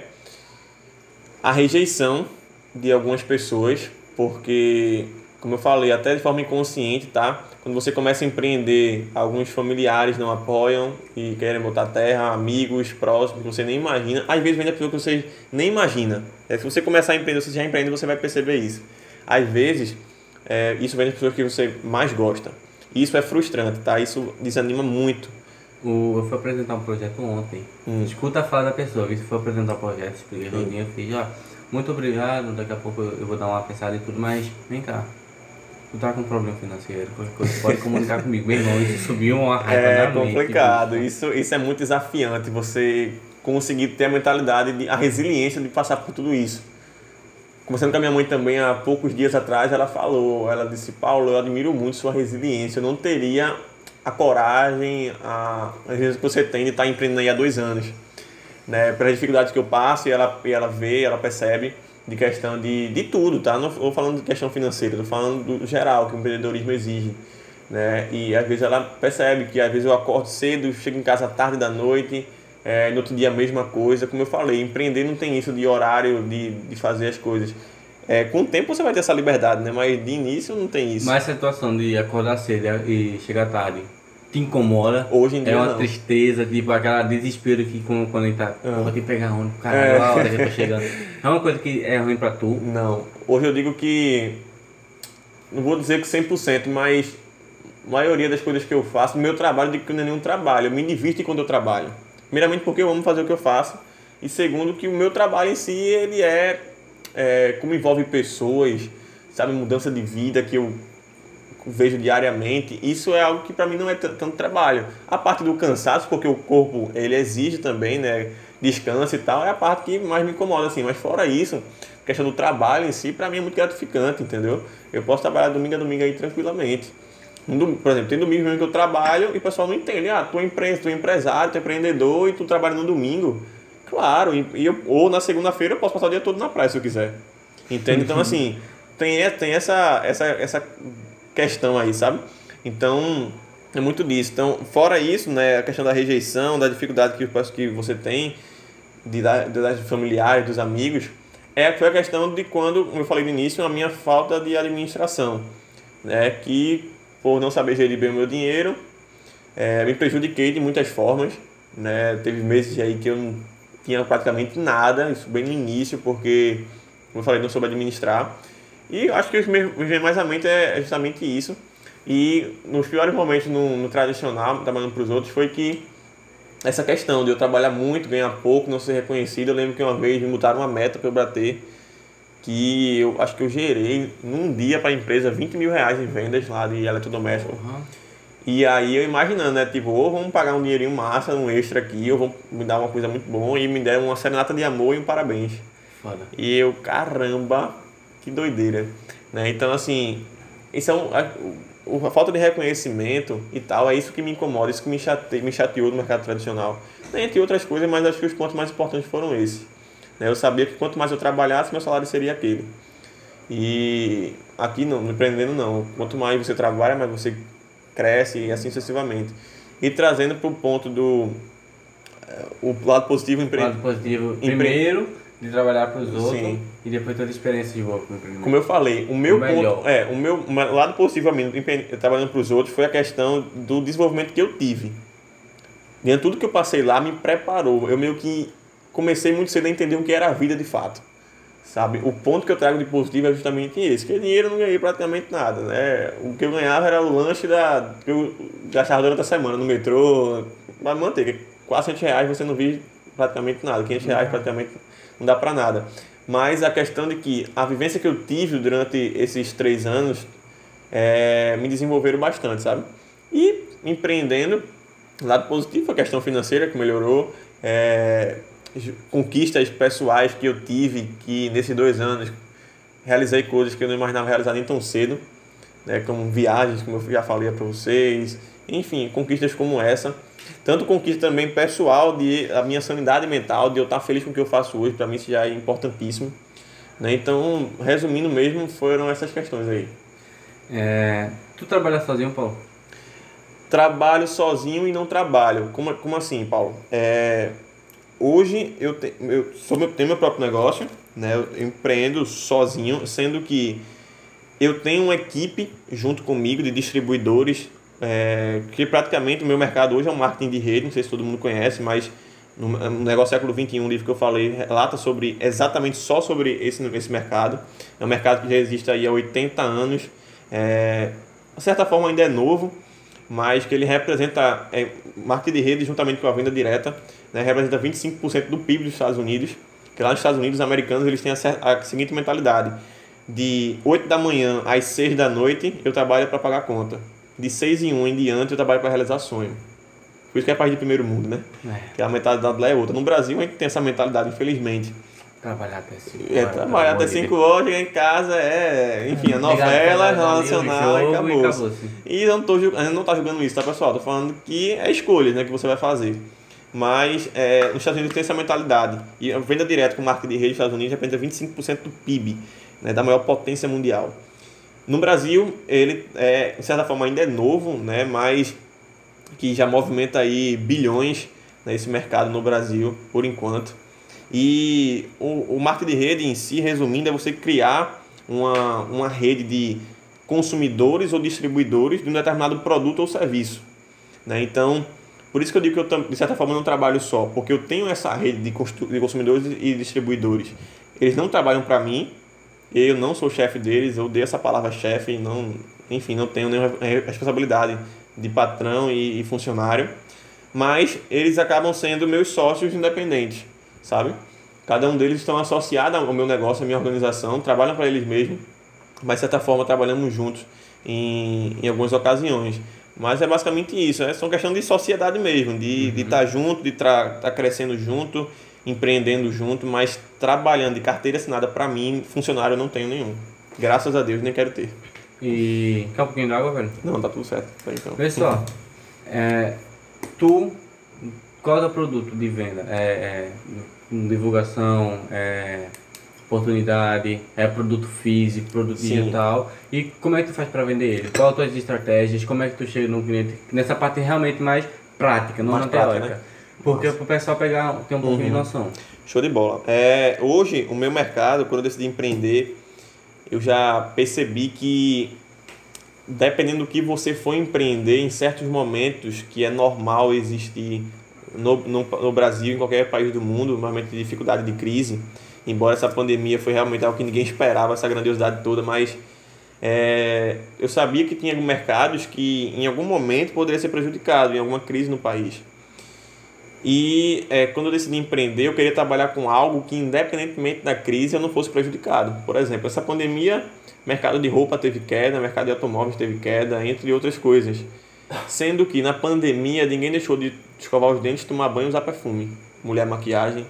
a rejeição de algumas pessoas, porque, como eu falei, até de forma inconsciente, tá? Quando você começa a empreender, alguns familiares não apoiam e querem botar terra, amigos próximos que você nem imagina. Às vezes vem da pessoa que você nem imagina. É, se você começar a empreender, você já empreende, você vai perceber isso. Às vezes, é, isso vem das pessoas que você mais gosta. E isso é frustrante, tá? Isso desanima muito. O, eu fui apresentar um projeto ontem. Hum. Escuta a fala da pessoa. Se for apresentar o um projeto, expliquei rodinha, eu fiz, ó, muito obrigado, daqui a pouco eu vou dar uma pensada e tudo, mas vem cá. Tu tá com problema financeiro, qualquer coisa, pode comunicar comigo. Meu irmão, isso subiu uma raiva É na mente, complicado, tipo, isso, isso é muito desafiante, você conseguir ter a mentalidade, de, a resiliência de passar por tudo isso. Conversando com a minha mãe também, há poucos dias atrás, ela falou, ela disse, Paulo, eu admiro muito sua resiliência, eu não teria a coragem, a, às vezes que você tem de estar empreendendo aí há dois anos. Né? Pelas dificuldades que eu passo, e ela, e ela vê, ela percebe, de questão de, de tudo, tá? Não estou falando de questão financeira, estou falando do geral, que o empreendedorismo exige. Né? E às vezes ela percebe que às vezes eu acordo cedo, chego em casa tarde da noite, é, no outro dia a mesma coisa. Como eu falei, empreender não tem isso de horário, de, de fazer as coisas. É, com o tempo você vai ter essa liberdade, né? Mas de início não tem isso. Mas a situação de acordar cedo e chegar tarde te incomoda? Hoje em dia é uma não. Tristeza, tipo aquela desespero que quando, quando a gente tá, ah. vou ter que pegar ônibus, caralho, é. a hora que eu tô chegando. É uma coisa que é ruim pra tu? Não. Hoje eu digo que, não vou dizer que cem por cento, mas maioria das coisas que eu faço, meu trabalho, de que não é nenhum trabalho, eu me divirto quando eu trabalho. Primeiramente porque eu amo fazer o que eu faço, e segundo que o meu trabalho em si, ele é, é como envolve pessoas, sabe, mudança de vida que eu vejo diariamente, isso é algo que para mim não é tanto trabalho. A parte do cansaço, porque o corpo ele exige também, né, descanso e tal, é a parte que mais me incomoda, assim, mas fora isso, a questão do trabalho em si, para mim é muito gratificante, entendeu? Eu posso trabalhar domingo a domingo aí tranquilamente. Por exemplo, tem domingo mesmo que eu trabalho e o pessoal não entende. Ah, tu é empresa, tu é empresário, tu é empreendedor e tu trabalha no domingo. Claro, e eu, ou na segunda-feira eu posso passar o dia todo na praia se eu quiser. Entende? Então, assim, tem, tem essa, essa, essa questão aí, sabe? Então, é muito disso. Então, fora isso, né, a questão da rejeição, da dificuldade que, que você tem, de, das familiares, dos amigos, é, foi a questão de quando, como eu falei no início, a minha falta de administração, né, que por não saber gerir bem o meu dinheiro, é, me prejudiquei de muitas formas, né? Teve meses aí que eu não tinha praticamente nada, isso bem no início, porque, como eu falei, não soube administrar. E acho que o que me vem mais à mente é justamente isso. E nos piores momentos no, no tradicional, trabalhando para os outros, foi que essa questão de eu trabalhar muito, ganhar pouco, não ser reconhecido. Eu lembro que uma vez me botaram uma meta para eu bater, que eu acho que eu gerei num dia para a empresa vinte mil reais em vendas lá de eletrodoméstico. Uhum. E aí eu imaginando, né, tipo, ou vamos pagar um dinheirinho massa, um extra aqui, ou vão me dar uma coisa muito boa, e me deram uma serenata de amor e um parabéns. Foda. E eu, caramba, que doideira, né? Então, assim, isso é um, a, a falta de reconhecimento e tal, é isso que me incomoda, isso que me, chate, me chateou no mercado tradicional. Entre outras coisas, mas acho que os pontos mais importantes foram esses. Eu sabia que quanto mais eu trabalhasse, meu salário seria aquele. E aqui não, no empreendendo não. Quanto mais você trabalha, mais você cresce e assim sucessivamente. E trazendo para o ponto do o lado positivo empre... lado positivo empre... primeiro de trabalhar para os outros. Sim. E depois toda a experiência de volta no empreendimento. Como eu falei, o meu o ponto é o meu o lado positivo a mim trabalhando para os outros foi a questão do desenvolvimento que eu tive. Dentro de tudo que eu passei lá me preparou. Eu meio que comecei muito cedo a entender o que era a vida de fato, sabe? O ponto que eu trago de positivo é justamente esse, que dinheiro eu não ganhei praticamente nada, né? O que eu ganhava era o lanche da, que eu gastava durante a semana no metrô, mas manteiga, quatrocentos reais você não vive praticamente nada, quinhentos reais praticamente não dá pra nada. Mas a questão de que a vivência que eu tive durante esses três anos é, me desenvolveram bastante, sabe? E empreendendo, lado positivo, a questão financeira que melhorou, é, conquistas pessoais que eu tive, que nesses dois anos realizei coisas que eu não imaginava realizar nem tão cedo, né, como viagens, como eu já falei para vocês, enfim, conquistas como essa. Tanto conquista também pessoal, de a minha sanidade mental, de eu estar feliz com o que eu faço hoje, para mim isso já é importantíssimo. Né? Então, resumindo mesmo, foram essas questões aí. É, tu trabalha sozinho, Paulo? Trabalho sozinho e não trabalho. Como, como assim, Paulo? É... Hoje eu, te, eu sou meu, tenho meu próprio negócio, né? Eu empreendo sozinho, sendo que eu tenho uma equipe junto comigo de distribuidores, é, que praticamente o meu mercado hoje é um marketing de rede, não sei se todo mundo conhece, mas no, no Negócio Século vinte e um, o livro que eu falei, relata sobre, exatamente só sobre esse, esse mercado. É um mercado que já existe aí há oitenta anos, é, de certa forma ainda é novo, mas que ele representa, é, marketing de rede juntamente com a venda direta, né, representa vinte e cinco por cento do P I B dos Estados Unidos, que lá nos Estados Unidos, os americanos, eles têm a, a seguinte mentalidade: de oito da manhã às seis da noite, eu trabalho para pagar conta. De seis em um em diante, eu trabalho para realizar sonho. Por isso que é país de primeiro mundo, né? É. Que a mentalidade lá é outra. No Brasil, a gente tem essa mentalidade, infelizmente. Trabalhar até cinco horas. É, trabalhar até cinco horas, chegar em casa, é... Enfim, a novela, Jornal Nacional e acabou. E, acabou e eu não tô julgando, não tá julgando isso, tá, pessoal? Tô falando que é escolhas, né, que você vai fazer. Mas é, nos Estados Unidos tem essa mentalidade. E a venda direta com marca de rede nos Estados Unidos representa vinte e cinco por cento do P I B, né, da maior potência mundial. No Brasil, ele, é, de certa forma, ainda é novo, né, mas que já movimenta aí bilhões nesse mercado no Brasil, por enquanto. E o, o marketing de rede em si, resumindo, é você criar uma, uma rede de consumidores ou distribuidores de um determinado produto ou serviço, né? Então, por isso que eu digo que eu, de certa forma, não trabalho só, porque eu tenho essa rede de, de consumidores e distribuidores. Eles não trabalham para mim, eu não sou chefe deles, eu odeio essa palavra chefe, não, enfim, não tenho nenhuma responsabilidade de patrão e, e funcionário, mas eles acabam sendo meus sócios independentes, sabe? Cada um deles estão associados ao meu negócio, à minha organização, trabalham para eles mesmos, mas de certa forma trabalhamos juntos em, em algumas ocasiões. Mas é basicamente isso, é só questão de sociedade mesmo, de uhum. estar junto, de estar tá crescendo junto, empreendendo junto, mas trabalhando de carteira assinada para mim, funcionário eu não tenho nenhum. Graças a Deus, nem quero ter. E quer um pouquinho d'água, velho? Não, tá tudo certo. Tá então. Vê só, é, tu, qual é o produto de venda? É, é divulgação, é oportunidade, é produto físico, produto Sim. digital. E como é que tu faz para vender ele? Qual as tuas estratégias? Como é que tu chega no cliente? Nessa parte realmente mais prática, não mais na prática, teórica. Né? Porque para o pessoal pegar, ter um pouquinho uhum. de noção. Show de bola. É, hoje, o meu mercado, quando eu decidi empreender, eu já percebi que, dependendo do que você for empreender, em certos momentos que é normal existir no, no, no Brasil, em qualquer país do mundo, normalmente de dificuldade de crise, embora essa pandemia foi realmente algo que ninguém esperava, essa grandiosidade toda, mas é, eu sabia que tinha mercados que em algum momento poderia ser prejudicado, em alguma crise no país. E é, quando eu decidi empreender, eu queria trabalhar com algo que, independentemente da crise, eu não fosse prejudicado. Por exemplo, essa pandemia, mercado de roupa teve queda, mercado de automóveis teve queda, entre outras coisas. Sendo que na pandemia ninguém deixou de escovar os dentes, tomar banho e usar perfume. Mulher, maquiagem.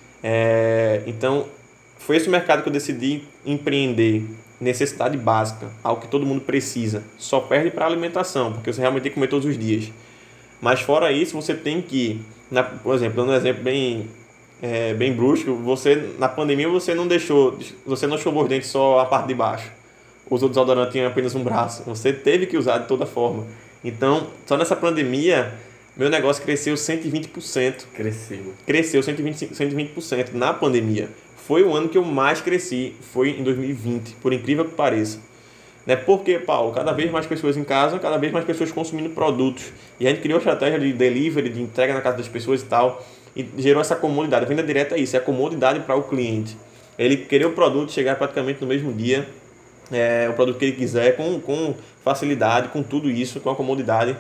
É, então, foi esse o mercado que eu decidi empreender. Necessidade básica, algo que todo mundo precisa. Só perde para a alimentação, porque você realmente tem que comer todos os dias. Mas fora isso, você tem que, na, por exemplo, dando um exemplo bem, é, bem brusco, você, na pandemia você não deixou, você não escovou os dentes só a parte de baixo. Usou desodorante em apenas um braço. Você teve que usar de toda forma. Então, só nessa pandemia, meu negócio cresceu cento e vinte por cento. Cresceu. Cresceu cento e vinte por cento na pandemia. Foi o ano que eu mais cresci, foi em dois mil e vinte, por incrível que pareça. Né? Porque, Paulo, cada vez mais pessoas em casa, cada vez mais pessoas consumindo produtos. E a gente criou estratégia de delivery, de entrega na casa das pessoas e tal, e gerou essa comodidade. A venda direta é isso, é a comodidade para o cliente. Ele querer o produto, chegar praticamente no mesmo dia, é, o produto que ele quiser, com, com facilidade, com tudo isso, com a comodidade.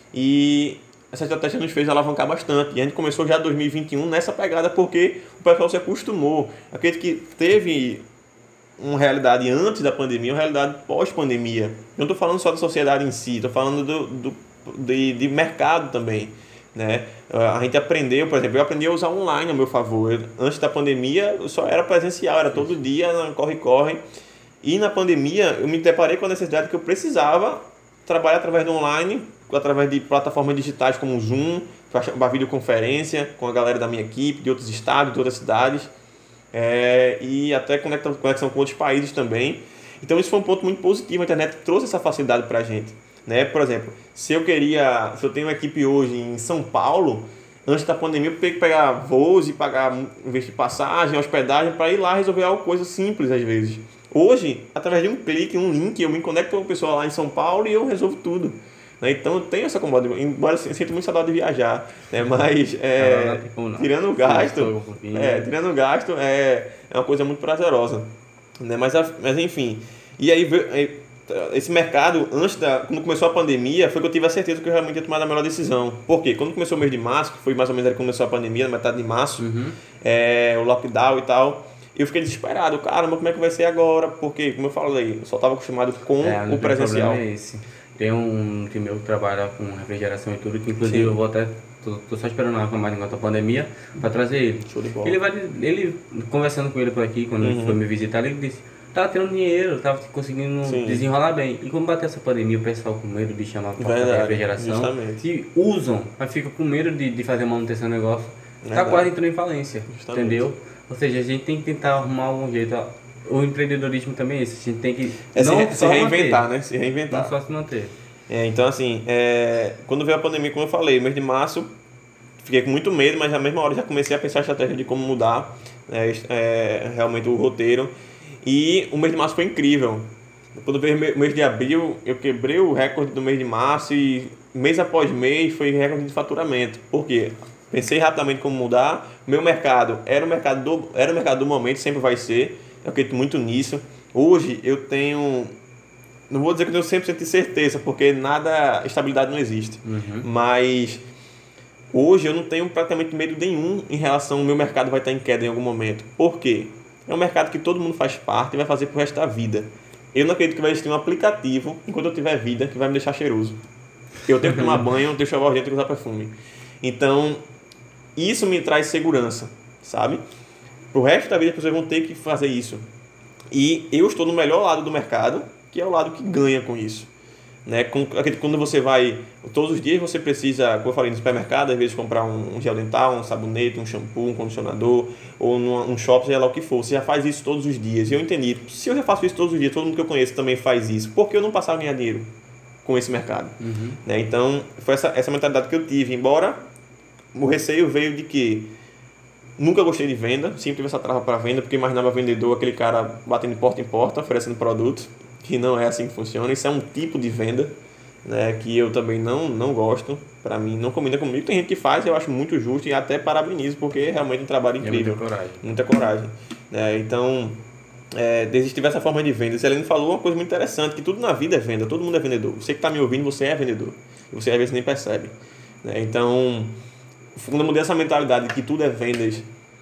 E essa estratégia nos fez alavancar bastante. E a gente começou já em dois mil e vinte e um nessa pegada porque o pessoal se acostumou. Acredito que teve uma realidade antes da pandemia, uma realidade pós-pandemia. Não estou falando só da sociedade em si, estou falando do, do, de, de mercado também. Né? A gente aprendeu, por exemplo, eu aprendi a usar online a meu favor. Eu, antes da pandemia, eu só era presencial, era todo dia, corre-corre. E na pandemia, eu me deparei com a necessidade que eu precisava trabalhar através do online, através de plataformas digitais como o Zoom, para videoconferência com a galera da minha equipe, de outros estados, de outras cidades. É, e até conexão com outros países também. Então isso foi um ponto muito positivo, a internet trouxe essa facilidade para a gente, né? Por exemplo, se eu queria, se eu tenho uma equipe hoje em São Paulo, antes da pandemia eu tenho que pegar voos e pagar, investir passagem, hospedagem, para ir lá resolver alguma coisa simples às vezes. Hoje, através de um clique, um link, eu me conecto com uma pessoa lá em São Paulo e eu resolvo tudo. Então eu tenho essa comodidade, embora eu sinta muito saudade de viajar, né? Mas é, tirando o gasto, é, tirando o gasto é, é uma coisa muito prazerosa, né? Mas, mas enfim, e aí esse mercado, antes da, quando começou a pandemia, foi que eu tive a certeza que eu realmente ia tomar a melhor decisão. Por quê? Quando começou o mês de março, que foi mais ou menos aí que começou a pandemia, na metade de março, uhum. é, o lockdown e tal, eu fiquei desesperado, caramba, como é que vai ser agora? Porque, como eu falei, eu só estava acostumado com é, o presencial. É esse. Tem um time meu que trabalha com refrigeração e tudo, que inclusive Sim. eu vou até, tô, tô só esperando uma mais enquanto a pandemia, para trazer ele. Show de bola. Ele vai, ele, conversando com ele por aqui, quando uhum. ele foi me visitar, ele disse, tava tendo dinheiro, tava conseguindo Sim. desenrolar bem. E quando bateu essa pandemia, o pessoal com medo de chamar a refrigeração, justamente. E usam, mas fica com medo de, de fazer manutenção do negócio, Verdade. Tá quase entrando em falência, justamente. Entendeu? Ou seja, a gente tem que tentar arrumar algum jeito. O empreendedorismo também é isso, a gente tem que é não se, se reinventar, manter, né? Se reinventar. Não só se manter. É, então, assim, é, quando veio a pandemia, como eu falei, mês de março, fiquei com muito medo, mas na mesma hora já comecei a pensar a estratégia de como mudar é, é, realmente o roteiro. E o mês de março foi incrível. Quando veio o mês de abril, eu quebrei o recorde do mês de março e mês após mês foi recorde de faturamento. Por quê? Pensei rapidamente como mudar. Meu mercado era o mercado do, era o mercado do momento, sempre vai ser. Eu acredito muito nisso. Hoje eu tenho não vou dizer que eu tenho cem por cento de certeza, porque nada, estabilidade não existe. Uhum. Mas hoje eu não tenho praticamente medo nenhum em relação ao meu mercado vai estar em queda em algum momento. Por quê? É um mercado que todo mundo faz parte e vai fazer pro resto da vida. Eu não acredito que vai existir um aplicativo, enquanto eu tiver vida, que vai me deixar cheiroso. Eu tenho que tomar banho, eu tenho que escovar os dentes e usar perfume. Então, isso me traz segurança, sabe? Pro resto da vida as pessoas vão ter que fazer isso. E eu estou no melhor lado do mercado, que é o lado que ganha com isso. Né? Quando você vai, todos os dias você precisa, como eu falei, no supermercado, às vezes comprar um gel dental, um sabonete, um shampoo, um condicionador, ou num shopping, seja lá o que for. Você já faz isso todos os dias. E eu entendi, se eu já faço isso todos os dias, todo mundo que eu conheço também faz isso, por que eu não passar a ganhar dinheiro com esse mercado? Uhum. Né? Então, foi essa, essa mentalidade que eu tive. Embora o receio veio de que nunca gostei de venda, sempre tive essa trava para venda, porque imaginava vendedor, aquele cara batendo de porta em porta, oferecendo produtos, que não é assim que funciona. Isso é um tipo de venda, né, que eu também não, não gosto, para mim não combina comigo. Tem gente que faz, eu acho muito justo e até parabenizo, porque é realmente um trabalho incrível. É muita coragem. Muita coragem. Né? Então, é, desistir dessa forma de venda. Você falou uma coisa muito interessante, que tudo na vida é venda, todo mundo é vendedor. Você que está me ouvindo, você é vendedor. E você às vezes nem percebe. Né? Então, quando eu mudei essa mentalidade de que tudo é vendas,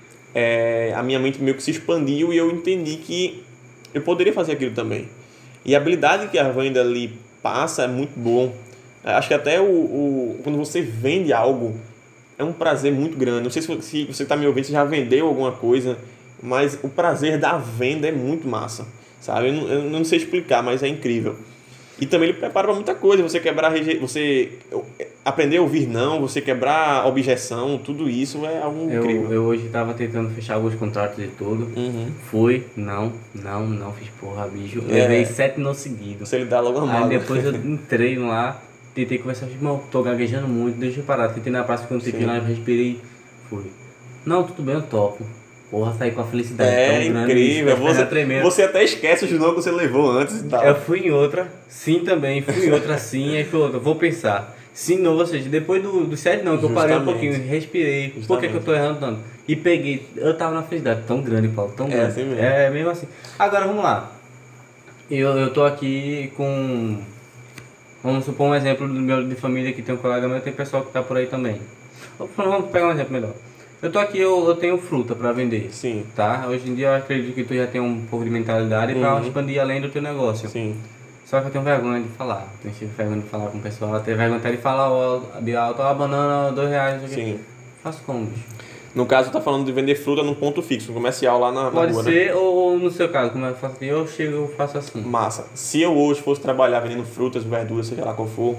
é, a minha mente meio que se expandiu e eu entendi que eu poderia fazer aquilo também. E a habilidade que a venda ali passa é muito bom. Acho que até o, o, quando você vende algo, é um prazer muito grande. Não sei se, se você está me ouvindo, você já vendeu alguma coisa, mas o prazer da venda é muito massa. Sabe? Eu não, eu não sei explicar, mas é incrível. E também ele prepara para muita coisa. Você quebrar, você aprender a ouvir não, você quebrar objeção, tudo isso é algo eu, incrível. Eu hoje estava tentando fechar alguns contratos e tudo. Uhum. Fui, não, não, não fiz porra, bicho. É. Levei sete não seguidos. Você lhe dá logo a Aí mágoa. depois eu entrei lá, tentei conversar, irmão, tô gaguejando muito, deixa eu parar. Tentei na praça, quando tentei lá, eu respirei, fui. Não, tudo bem, eu topo. Porra, saí com a felicidade É tão grande. incrível. Você, tremendo. você até esquece os nomes que você levou antes e tal. Eu fui em outra, sim também, fui em outra sim, aí fui outra, vou pensar. Sim, não, ou seja, depois do, do sete não, que eu parei um pouquinho, respirei, Justamente. por que, que eu tô errando tanto? E peguei, eu tava na felicidade tão grande, Paulo, tão É grande. assim mesmo. É mesmo assim. Agora vamos lá. Eu, eu tô aqui com. Vamos supor um exemplo do meu de família que tem um colega meu, tem pessoal que tá por aí também. Vamos pegar um exemplo melhor. Eu tô aqui, eu, eu tenho fruta para vender. Sim. Tá? Hoje em dia eu acredito que tu já tem um pouco de mentalidade Uhum. para expandir além do teu negócio. Sim. Só que eu tenho vergonha de falar. Tenho vergonha de falar com o pessoal. Tenho vergonha até de falar ó, de alto, a banana, dois reais. Não sei o quê. Sim. Faço como, bicho? No caso, tá falando de vender fruta num ponto fixo, no comercial lá na, na Pode rua, né? ser, ou, ou no seu caso, como eu faço aqui, eu chego eu faço assim. Massa. Se eu hoje fosse trabalhar vendendo frutas, verduras, seja lá qual for,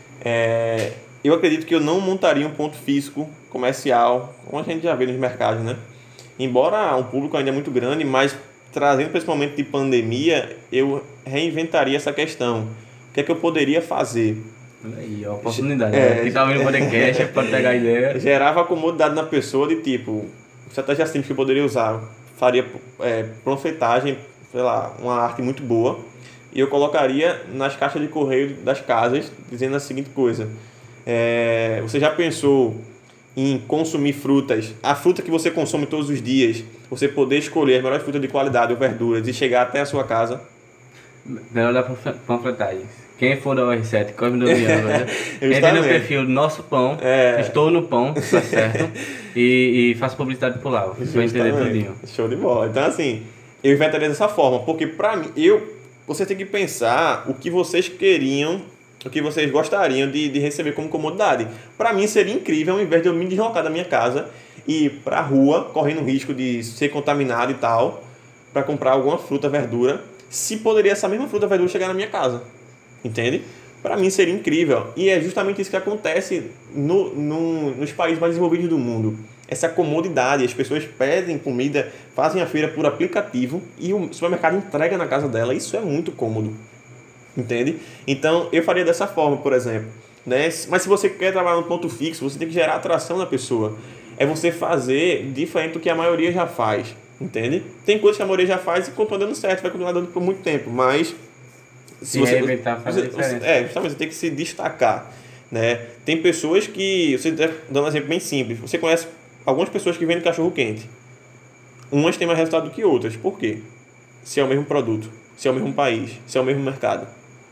é, eu acredito que eu não montaria um ponto físico comercial, como a gente já vê nos mercados, né? Embora um público ainda é muito grande, mas trazendo para esse momento de pandemia, eu reinventaria essa questão. O que é que eu poderia fazer? Olha aí, ó, a oportunidade. É, né? Quem tá ouvindo o podcast pode pegar a ideia. Gerava a comodidade na pessoa de tipo, estratégia simples que eu poderia usar. Faria é, panfletagem, sei lá, uma arte muito boa. E eu colocaria nas caixas de correio das casas, dizendo a seguinte coisa. É, você já pensou em consumir frutas? A fruta que você consome todos os dias, você poder escolher as melhores frutas de qualidade ou verduras e chegar até a sua casa? Melhor da panfletagem. Quem for da U R sete, come do Viano, né? Entra no perfil do Nosso Pão, É. Estou no Pão, tá certo? E, e faço publicidade por lá, você vai entender Justamente. tudinho. Show de bola. Então, assim, eu inventaria dessa forma, porque pra mim, eu, vocês têm que pensar o que vocês queriam, o que vocês gostariam de, de receber como comodidade. Pra mim seria incrível, ao invés de eu me deslocar da minha casa e ir pra rua, correndo o risco de ser contaminado e tal, pra comprar alguma fruta, verdura, se poderia essa mesma fruta, verdura chegar na minha casa. Entende? Para mim seria incrível. E é justamente isso que acontece no, no, nos países mais desenvolvidos do mundo. Essa comodidade. As pessoas pedem comida, fazem a feira por aplicativo e o supermercado entrega na casa dela. Isso é muito cômodo. Entende? Então, eu faria dessa forma, por exemplo. Né? Mas se você quer trabalhar no ponto fixo, você tem que gerar atração na pessoa. É você fazer diferente do que a maioria já faz. Entende? Tem coisas que a maioria já faz e continua dando certo, vai continuar dando por muito tempo. Mas... Se você reinventar, faz a você, diferença. você, é, justamente, você tem que se destacar, né? Tem pessoas que, você dando um exemplo bem simples, você conhece algumas pessoas que vendem cachorro quente. Umas têm mais resultado do que outras. Por quê? Se é o mesmo produto, se é o mesmo país, se é o mesmo mercado.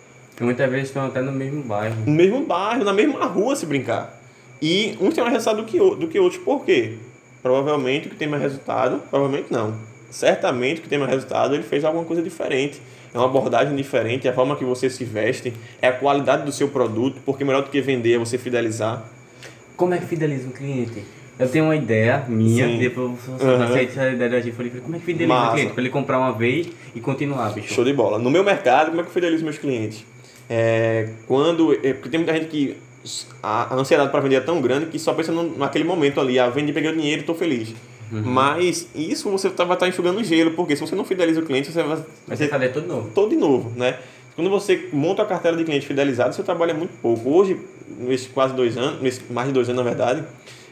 E muitas vezes estão até no mesmo bairro. No mesmo bairro, na mesma rua, se brincar. E uns têm mais resultado do que, do que outros. Por quê? Provavelmente o que tem mais resultado, provavelmente não. Certamente o que tem mais resultado, ele fez alguma coisa diferente. É uma abordagem diferente, é a forma que você se veste, é a qualidade do seu produto, porque melhor do que vender é você fidelizar. Como é que fideliza um cliente? Eu tenho uma ideia minha, Sim. depois você Uhum. aceita essa ideia da gente. Falei, como é que fideliza Massa. um cliente? Pra ele comprar uma vez e continuar, bicho. Show de bola. No meu mercado, como é que eu fidelizo meus clientes? É, quando, é, porque tem muita gente que a, a ansiedade para vender é tão grande que só pensa no, naquele momento ali, ah, vendi, peguei o dinheiro e estou feliz. Uhum. Mas isso você tá, vai estar enxugando gelo, porque se você não fideliza o cliente, você vai, Vai ter que fazer tudo novo. Todo de novo, né? Quando você monta a carteira de cliente fidelizado, seu trabalho é muito pouco. Hoje, nesses quase dois anos, nesses mais de dois anos na verdade,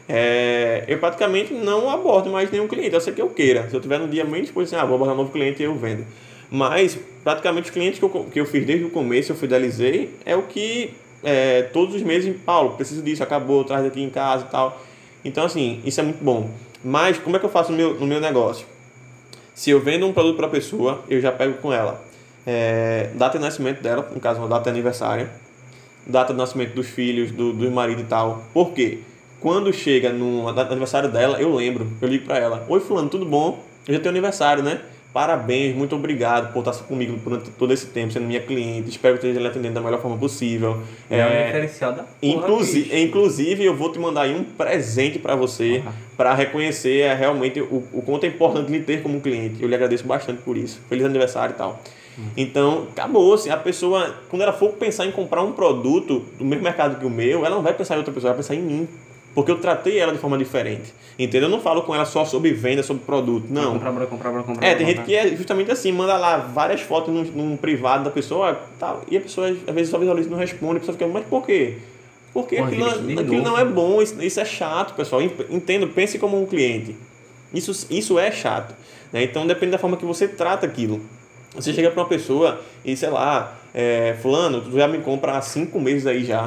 é, eu praticamente não abordo mais nenhum cliente, eu sei que eu queira. Se eu tiver no dia menos disposto, assim, ah, vou abordar um novo cliente e eu vendo. Mas, praticamente, os clientes que eu, que eu fiz desde o começo, eu fidelizei, é o que é, todos os meses, Paulo, preciso disso, acabou, traz daqui em casa e tal. Então, assim, isso é muito bom. Mas, como é que eu faço no meu, no meu negócio? Se eu vendo um produto para a pessoa, eu já pego com ela é, data de nascimento dela, no caso, uma data de aniversário, data de nascimento dos filhos, do, do marido e tal. Por quê? Quando chega no aniversário dela, eu lembro, eu ligo para ela: oi, fulano, tudo bom? Eu já tenho aniversário, né? Parabéns, muito obrigado por estar comigo durante todo esse tempo, sendo minha cliente. Espero que esteja lhe atendendo da melhor forma possível. É, é um diferencial da porra, inclusive, bicho. inclusive, eu vou te mandar aí um presente para você, uhum. para reconhecer é, realmente o, o quanto é importante lhe ter como cliente. Eu lhe agradeço bastante por isso. Feliz aniversário e tal. Uhum. Então, acabou. Assim, a pessoa, quando ela for pensar em comprar um produto do mesmo mercado que o meu, ela não vai pensar em outra pessoa, ela vai pensar em mim. Porque eu tratei ela de forma diferente. Entendeu? Eu não falo com ela só sobre venda, sobre produto. Não. Comprar, bora, comprar, bora, comprar. É, tem comprar. gente que é justamente assim, manda lá várias fotos num, num privado da pessoa tal, e a pessoa às vezes só visualiza e não responde. A pessoa fica, mas por quê? Porque Porra, aquilo, aquilo não é bom, isso, isso é chato, pessoal. Entendo, pense como um cliente. Isso, isso é chato. Né? Então depende da forma que você trata aquilo. Você chega para uma pessoa e, sei lá, é, fulano, tu já me compra há cinco meses aí já.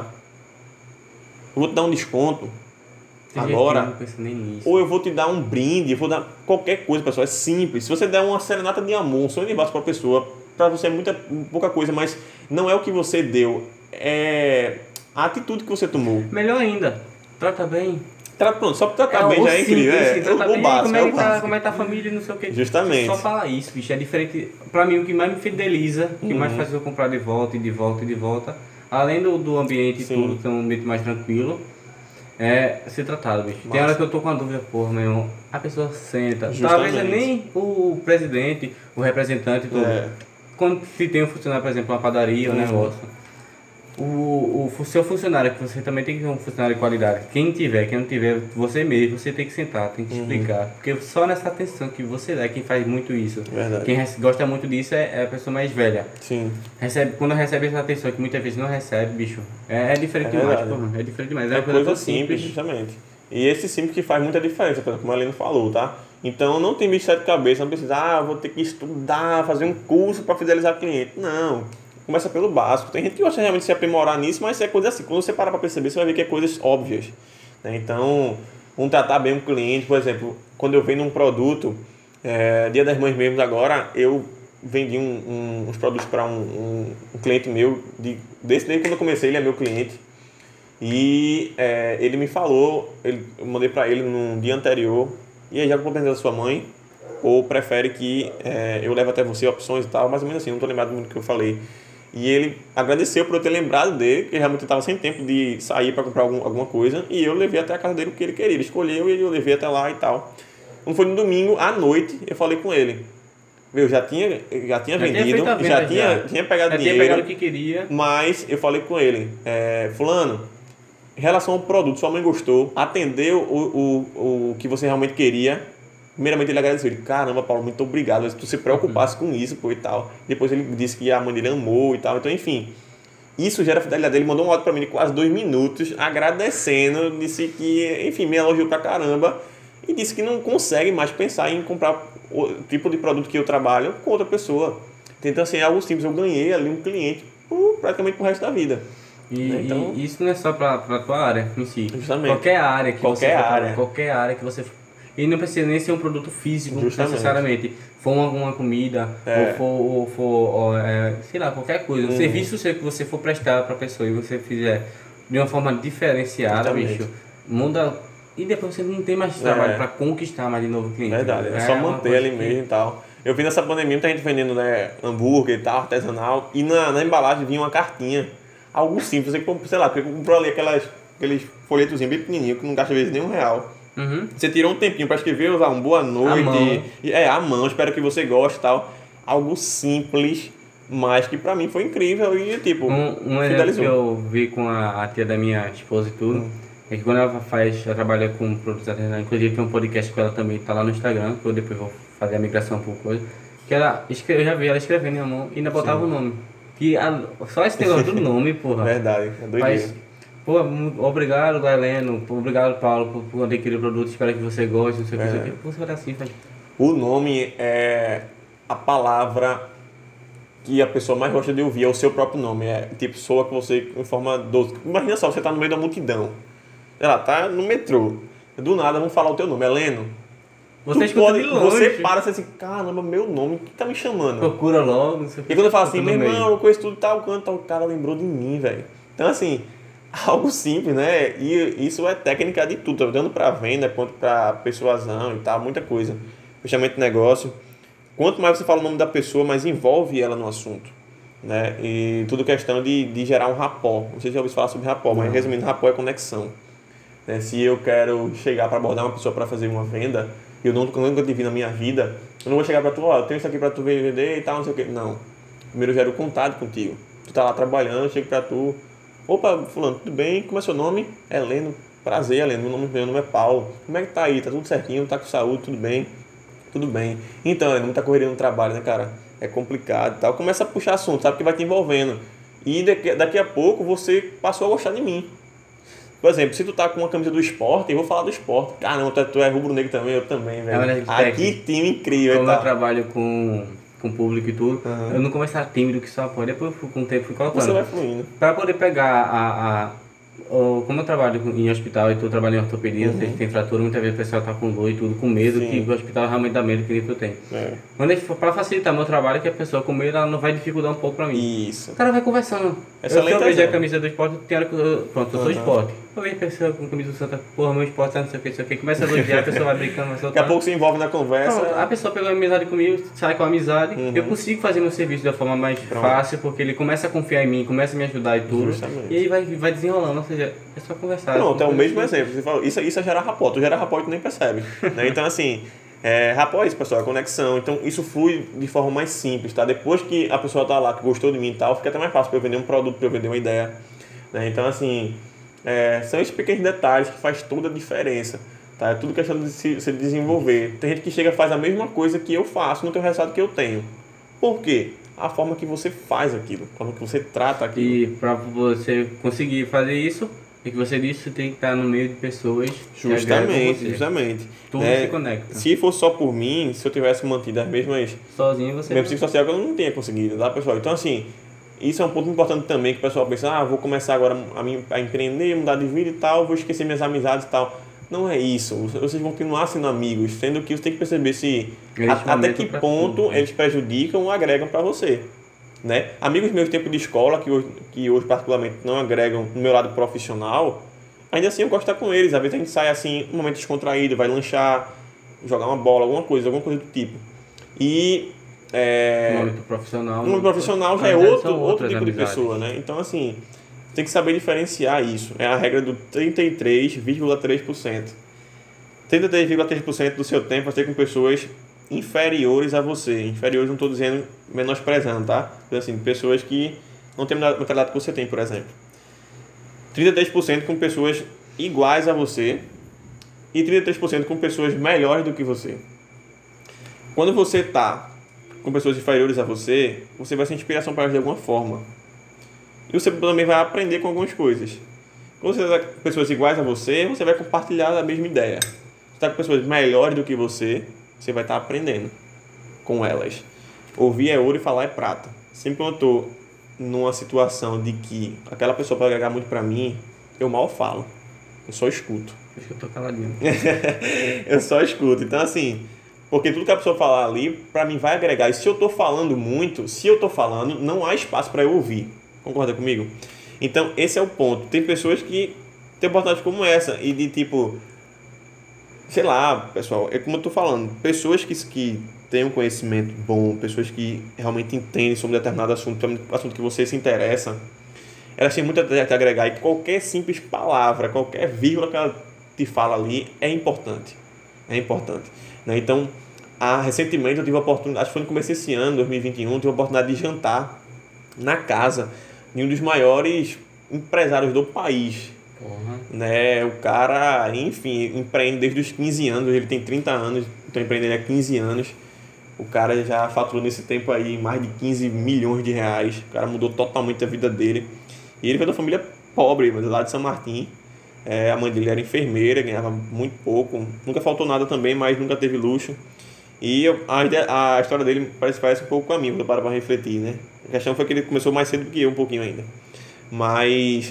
Eu vou te dar um desconto. Tem agora, nem ou eu vou te dar um brinde, eu vou dar qualquer coisa, pessoal, é simples. Se você der uma serenata de amor, um sonho de valsa para a pessoa, para você é muita, pouca coisa, mas não é o que você deu, é a atitude que você tomou. Melhor ainda, trata bem. Trata, pronto, só pra tratar é, bem já é incrível, sim, é, trata o, bem, o básico, como é, é que o tá, básico. como é que tá a família, não sei o que. Justamente. Só falar isso, bicho, é diferente. Pra mim, o que mais me fideliza, o que uhum. mais faz eu comprar de volta e de volta e de volta, além do, do ambiente e tudo, que é um ambiente mais tranquilo, é ser tratado, bicho. Massa. Tem hora que eu tô com uma dúvida, porra, meu irmão, a pessoa senta. Justamente. Talvez é nem o presidente, o representante, tudo. É. Quando se tem um funcionário, por exemplo, uma padaria, um uhum. negócio, o, o seu funcionário, que você também tem que ter um funcionário de qualidade. Quem tiver, quem não tiver, você mesmo, você tem que sentar, tem que explicar. Uhum. Porque só nessa atenção que você dá, quem faz muito isso. Verdade. Quem gosta muito disso é, é a pessoa mais velha. Sim. Recebe, quando recebe essa atenção, que muitas vezes não recebe, bicho, é, é diferente é demais, pô. É diferente demais. É, é uma coisa, coisa simples, simples, justamente. E esse simples que faz muita diferença, como a Helena falou, tá? Então não tem bicho de sete cabeças, não precisa, ah, vou ter que estudar, fazer um curso para fidelizar cliente. Não. Começa pelo básico. Tem gente que gosta realmente de se aprimorar nisso, mas é coisa assim. Quando você parar para perceber, você vai ver que é coisas óbvias. Né? Então, um tratar bem o cliente, por exemplo, quando eu vendo um produto, é, Dia das Mães mesmo agora, eu vendi um, um, uns produtos para um, um, um cliente meu, de, desse desde quando eu comecei, ele é meu cliente. E é, ele me falou, ele, eu mandei para ele no dia anterior, e aí já vou perguntar da sua mãe, ou prefere que é, eu leve até você opções e tal, mais ou menos assim, não estou lembrado muito do que eu falei. E ele agradeceu por eu ter lembrado dele, que realmente estava sem tempo de sair para comprar algum, alguma coisa, e eu levei até a casa dele o que ele queria. Ele escolheu e eu levei até lá e tal. Quando foi no domingo, à noite, eu falei com ele. Eu já tinha, já tinha já vendido, tinha já, já tinha, tinha pegado já dinheiro, tinha pegado o que queria. Mas eu falei com ele, é, fulano, em relação ao produto, sua mãe gostou, atendeu o, o, o que você realmente queria. Primeiramente ele agradeceu, ele, caramba, Paulo, muito obrigado, se tu se preocupasse com isso, pô, e tal. Depois ele disse que a mãe dele amou e tal, então enfim. Isso gera a fidelidade dele, mandou um áudio pra mim de quase dois minutos, agradecendo, disse que, enfim, me elogiou pra caramba e disse que não consegue mais pensar em comprar o tipo de produto que eu trabalho com outra pessoa. Então assim, é algo simples, eu ganhei ali um cliente uh, praticamente pro resto da vida. E, então, e isso não é só pra, pra tua área em si. Justamente. Qualquer área que qualquer você área. qualquer área que você E não precisa nem ser um produto físico, Justamente. necessariamente. For alguma comida, É. ou for, ou for ou, é, sei lá, qualquer coisa. Um Uhum. serviço que você for prestar para a pessoa e você fizer de uma forma diferenciada, Justamente. bicho, muda. E depois você não tem mais É. trabalho para conquistar mais de novo cliente. Verdade, é, só uma manter coisa ali que- mesmo e tal. Eu vi nessa pandemia muita gente vendendo, né, hambúrguer e tal, artesanal, e na, na embalagem vinha uma cartinha. Algo simples, você compra, sei lá, você comprou ali aquelas, aqueles folhetozinhos bem pequenininhos que não gasta às vezes nem um real. Uhum. Você tirou um tempinho para escrever, usar um boa noite. À mão. E, é, à mão, espero que você goste e tal. Algo simples, mas que pra mim foi incrível e tipo, Um, um exemplo fidelizou. que eu vi com a, a tia da minha esposa e tudo, Hum. é que quando ela faz, ela trabalha com produtos artesanais, inclusive tem um podcast com ela também, tá lá no Instagram, que eu depois vou fazer a migração por coisa, que ela, escreve, eu já vi ela escrevendo na mão e ainda botava o nome. Que a, só esse negócio do nome, porra. Verdade, é doideira. Faz, pô, mu- obrigado, Galeno, pô, obrigado, Paulo, por, por adquirir o produto, espero que você goste, não sei o que, não sei o que. Pô, você vai dar assim, faz. O nome é a palavra que a pessoa mais gosta de ouvir, é o seu próprio nome. É tipo, soa que você em forma doce. Imagina só, você tá no meio da multidão. Sei lá, tá no metrô. Do nada vão falar o teu nome, Heleno. Você Tu escuta pode- de longe. Você para e você assim, caramba, meu nome, o que tá me chamando? Procura logo, não sei o que. E quando eu falo assim, Tudo meu no irmão, eu conheço tudo tal canto, tal, o cara lembrou de mim, velho. Então, assim, algo simples, né? E isso é técnica de tudo, tanto para venda quanto para persuasão e tal, muita coisa. Fechamento de negócio. Quanto mais você fala o nome da pessoa, mais envolve ela no assunto, né? E tudo questão de, de gerar um rapport. Não sei se já ouviu falar sobre rapport, mas resumindo, rapport é conexão. Né? Se eu quero chegar para abordar uma pessoa para fazer uma venda, eu não, nunca te vi na minha vida, eu não vou chegar para tu, ó, eu tenho isso aqui para tu vender e tal, não sei o que. Não. Primeiro eu gero contato contigo. Tu tá lá trabalhando, eu chego para tu, opa, fulano, tudo bem? Como é seu nome? Heleno. Prazer, Heleno. Meu nome, meu nome é Paulo. Como é que tá aí? Tá tudo certinho? Tá com saúde? Tudo bem? Tudo bem. Então, Heleno, muita correria no trabalho, né, cara? É complicado e tal. Começa a puxar assunto, sabe? Que vai te envolvendo. E daqui, daqui a pouco você passou a gostar de mim. Por exemplo, se tu tá com uma camisa do esporte, eu vou falar do esporte. Caramba, tu é, tu é rubro-negro também, eu também, velho. É, mas Ah, é que que- time incrível e Como eu tal. trabalho com, com público e tudo, Uhum. eu não comecei a tímido que só pode, depois eu fui- com o tempo fui colocando. Você vai fluindo. Para poder pegar a, a o- como eu trabalho em hospital e tu trabalha em ortopedia, Uhum. você tem fratura, muitas vezes o pessoal tá com dor e tudo, com medo, Sim. que o hospital realmente dá medo que nem tu tem. É. Quando a gente for para facilitar meu trabalho, que a pessoa com medo, ela não vai dificultar um pouco para mim. Isso. O cara vai conversando. Excelente eu, se eu vejo a exemplo. camisa do esporte, tem hora que eu, pronto, eu sou Uhum. esporte. Eu vejo a pessoa com camisa do Santa, porra, meu esporte, não sei o que, não sei o que, começa a elogiar, a pessoa vai brincando, vai Daqui a soltando. pouco se envolve na conversa. Pronto, a pessoa pegou amizade comigo, sai com amizade, Uhum. eu consigo fazer meu serviço da forma mais Pronto. fácil, porque ele começa a confiar em mim, começa a me ajudar e tudo. Justamente. E aí vai, vai desenrolando, ou seja, é só conversar. Pronto, é o Coisa mesmo que- exemplo. Você falou, isso, isso é gerar rapport. Tu gera rapport e tu nem percebe. Né? Então, assim, é, rapport é isso, pessoal, é conexão. Então, isso flui de forma mais simples, tá? Depois que a pessoa tá lá, que gostou de mim e tal, fica até mais fácil para eu vender um produto, para eu vender uma ideia. Né? Então, assim, é, são esses pequenos detalhes que faz toda a diferença. Tá? É tudo questão de se, se desenvolver. Tem gente que chega e faz a mesma coisa que eu faço, não tem o resultado que eu tenho. Por quê? A forma que você faz aquilo, a forma que você trata aquilo. E para você conseguir fazer isso, é que você disse, você tem que estar no meio de pessoas que agregam Justamente, você. justamente. Tudo Né? se conecta. Se fosse só por mim, se eu tivesse mantido as mesmas Sozinho você mesmo psicossocial, que eu não tinha conseguido, tá, pessoal? Então, assim, isso é um ponto importante também, que o pessoal pensa, ah, vou começar agora a, me, a empreender, mudar de vida e tal, vou esquecer minhas amizades e tal. Não é isso. Vocês vão continuar sendo amigos, sendo que você tem que perceber se Existe a, até momento que pra ponto tudo, né? eles prejudicam ou agregam para você. Né? Amigos meus do tempo de escola, que hoje, que hoje particularmente não agregam no meu lado profissional, ainda assim eu gosto de estar com eles. Às vezes a gente sai assim, um momento descontraído, vai lanchar, jogar uma bola, alguma coisa, alguma coisa do tipo. E é, no âmbito profissional. no âmbito profissional já é Mas aí outro, são outro outras tipo de amizades. pessoa, né? Então, assim, tem que saber diferenciar isso. É a regra do trinta e três vírgula três por cento. trinta e três vírgula três por cento do seu tempo vai ser com pessoas inferiores a você. Inferiores não estou dizendo menosprezando, tá? Então, assim, pessoas que não têm a mentalidade que você tem, por exemplo. trinta e três por cento com pessoas iguais a você e trinta e três por cento com pessoas melhores do que você. Quando você está com pessoas inferiores a você, você vai ser inspiração para elas de alguma forma. E você também vai aprender com algumas coisas. Quando você está com pessoas iguais a você, você vai compartilhar a mesma ideia. Se você está com pessoas melhores do que você, você vai estar aprendendo com elas. Ouvir é ouro e falar é prata. Sempre quando eu estou numa situação de que aquela pessoa pode agregar muito para mim, eu mal falo. Eu só escuto. Acho que eu tô caladinho. Eu só escuto. Então, assim, porque tudo que a pessoa falar ali, pra mim vai agregar. E se eu tô falando muito, se eu tô falando, não há espaço pra eu ouvir. Concorda comigo? Então, esse é o ponto. Tem pessoas que têm oportunidades como essa e de tipo, sei lá, pessoal, é como eu tô falando, pessoas que, que têm um conhecimento bom, pessoas que realmente entendem sobre determinado assunto, assunto que você se interessa, elas têm muito a te agregar e qualquer simples palavra, qualquer vírgula que ela te fala ali é importante. É importante. Né? Então, ah, recentemente eu tive a oportunidade, acho que foi no começo desse ano, dois mil e vinte e um, eu tive a oportunidade de jantar na casa de um dos maiores empresários do país. Porra. Né? O cara, enfim, empreende desde os quinze anos, ele tem trinta anos, então empreendendo há quinze anos. O cara já faturou nesse tempo aí mais de quinze milhões de reais. O cara mudou totalmente a vida dele. E ele veio da família pobre, mas lá de São Martim. É, a mãe dele era enfermeira, ganhava muito pouco. Nunca faltou nada também, mas nunca teve luxo. E eu, a, a história dele parece, parece um pouco com a minha, quando eu paro para refletir, né? A questão foi que ele começou mais cedo do que eu, um pouquinho ainda. Mas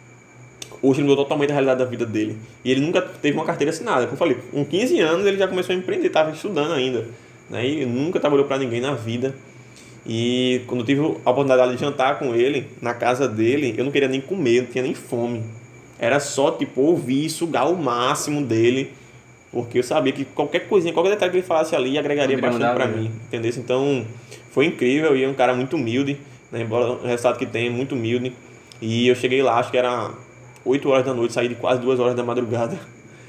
hoje ele mudou totalmente a realidade da vida dele. E ele nunca teve uma carteira assinada. Como eu falei, com quinze anos ele já começou a empreender, estava estudando ainda. Né? E nunca trabalhou para ninguém na vida. E quando eu tive a oportunidade de jantar com ele, na casa dele, eu não queria nem comer, não tinha nem fome. Era só, tipo, ouvir e sugar o máximo dele, porque eu sabia que qualquer coisinha, qualquer detalhe que ele falasse ali agregaria bastante para mim, entendeu? Então, foi incrível e é um cara muito humilde, né? Embora o resultado que tem é muito humilde. E eu cheguei lá, acho que era oito horas da noite, saí de quase duas horas da madrugada,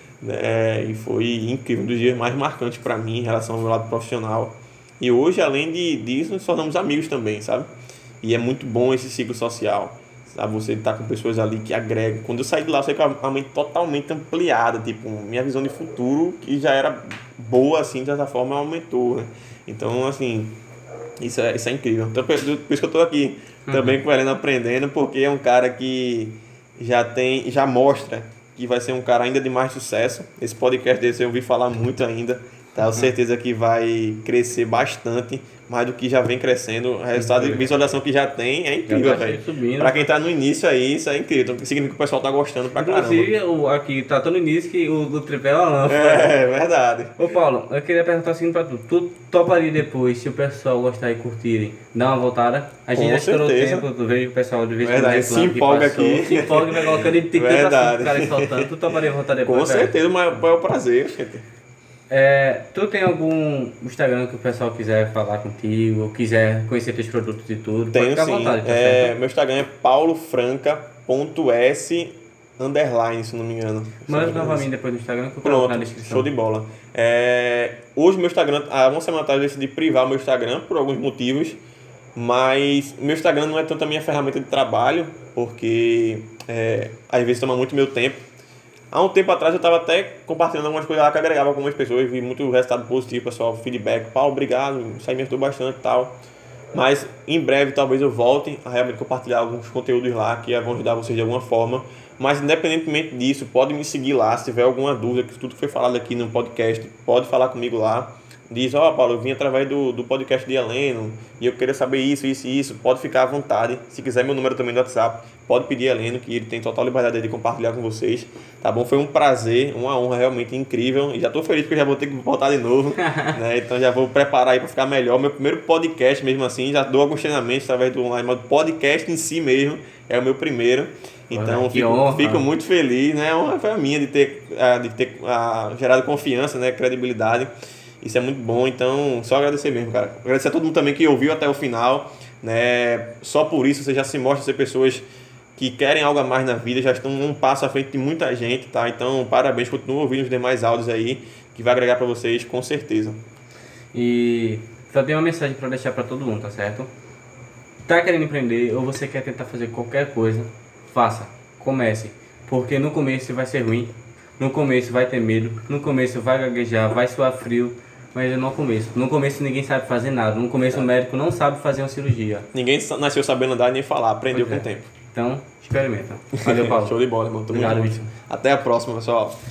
né? E foi incrível, um dos dias mais marcantes para mim em relação ao meu lado profissional. E hoje, além de, disso, nos tornamos amigos também, sabe? E é muito bom esse ciclo social, sabe? Você tá com pessoas ali que agregam. Quando eu saí de lá, eu saí com a mente totalmente ampliada, tipo, minha visão de futuro, que já era boa, assim, de certa forma, aumentou, né? Então, assim, isso é, isso é incrível. Então, por isso que eu tô aqui uhum. também com o Heleno aprendendo, porque é um cara que já tem, já mostra que vai ser um cara ainda de mais sucesso. Esse podcast desse eu ouvi falar muito ainda. Tenho certeza que vai crescer bastante, mais do que já vem crescendo. O resultado de visualização que já tem é incrível, velho. Pra quem tá no início aí, isso é incrível. Então, significa que o pessoal tá gostando pra caramba. Inclusive, o, aqui tá tão no início que o do tripé é uma lâmpada. É, é verdade. Ô Paulo, eu queria perguntar assim pra tu. Tu toparia depois, se o pessoal gostar e curtirem, dar uma voltada? A gente já estourou o tempo, tu vejo o pessoal de vez em quando. Verdade, se empolga aqui. Se empolga e vai colocando e tem tanto assunto, cara, soltando. Tu toparia voltar depois? Com certeza, mas é o prazer, gente. É, tu tem algum Instagram que o pessoal quiser falar contigo, ou quiser conhecer teus produtos e tudo? Tenho pode ficar sim. à vontade, tá é, certo? Meu Instagram é paulofranca.s underline, se não me engano. Manda novamente depois do Instagram que eu Pronto, coloco na descrição. Show de bola. É, hoje meu Instagram, há uma semana atrás eu decidi privar o meu Instagram por alguns motivos, mas meu Instagram não é tanto a minha ferramenta de trabalho, porque é, às vezes toma muito meu tempo. Há um tempo atrás eu estava até compartilhando algumas coisas lá que agregava com algumas pessoas, vi muito resultado positivo, pessoal, feedback. Paulo, obrigado, isso aí me ajudou bastante e tal. Mas em breve talvez eu volte a realmente compartilhar alguns conteúdos lá que vão ajudar vocês de alguma forma. Mas independentemente disso, pode me seguir lá, se tiver alguma dúvida, que tudo que foi falado aqui no podcast, pode falar comigo lá. Diz, ó, oh, Paulo, eu vim através do, do podcast de Heleno e eu queria saber isso, isso e isso. Pode ficar à vontade. Se quiser meu número também no WhatsApp, pode pedir a Heleno, que ele tem total liberdade de compartilhar com vocês. Tá bom? Foi um prazer, uma honra realmente incrível. E já tô feliz porque eu já vou ter que voltar de novo. Né? Então já vou preparar aí para ficar melhor. Meu primeiro podcast mesmo assim, já dou alguns treinamentos através do online, mas o podcast em si mesmo é o meu primeiro. Então Olha, fico, fico muito feliz, né? Uma foi a minha de ter, de ter uh, gerado confiança, né? Credibilidade. Isso é muito bom, então só agradecer mesmo, cara. Agradecer a todo mundo também que ouviu até o final, né? Só por isso você já se mostra ser pessoas que querem algo a mais na vida, já estão um passo à frente de muita gente, tá? Então, parabéns, continuem ouvindo os demais áudios aí, que vai agregar para vocês, com certeza. E só tem uma mensagem para deixar para todo mundo, tá certo? Tá querendo empreender ou você quer tentar fazer qualquer coisa, faça, comece, porque no começo vai ser ruim, no começo vai ter medo, no começo vai gaguejar, vai suar frio, mas é no começo. No começo ninguém sabe fazer nada, no começo o médico não sabe fazer uma cirurgia. Ninguém nasceu sabendo andar nem falar, aprendeu Pois com é. o tempo. Então, experimenta. Valeu, Paulo. Show de bola, irmão. Tamo Obrigado, junto. Victor. Até a próxima, pessoal.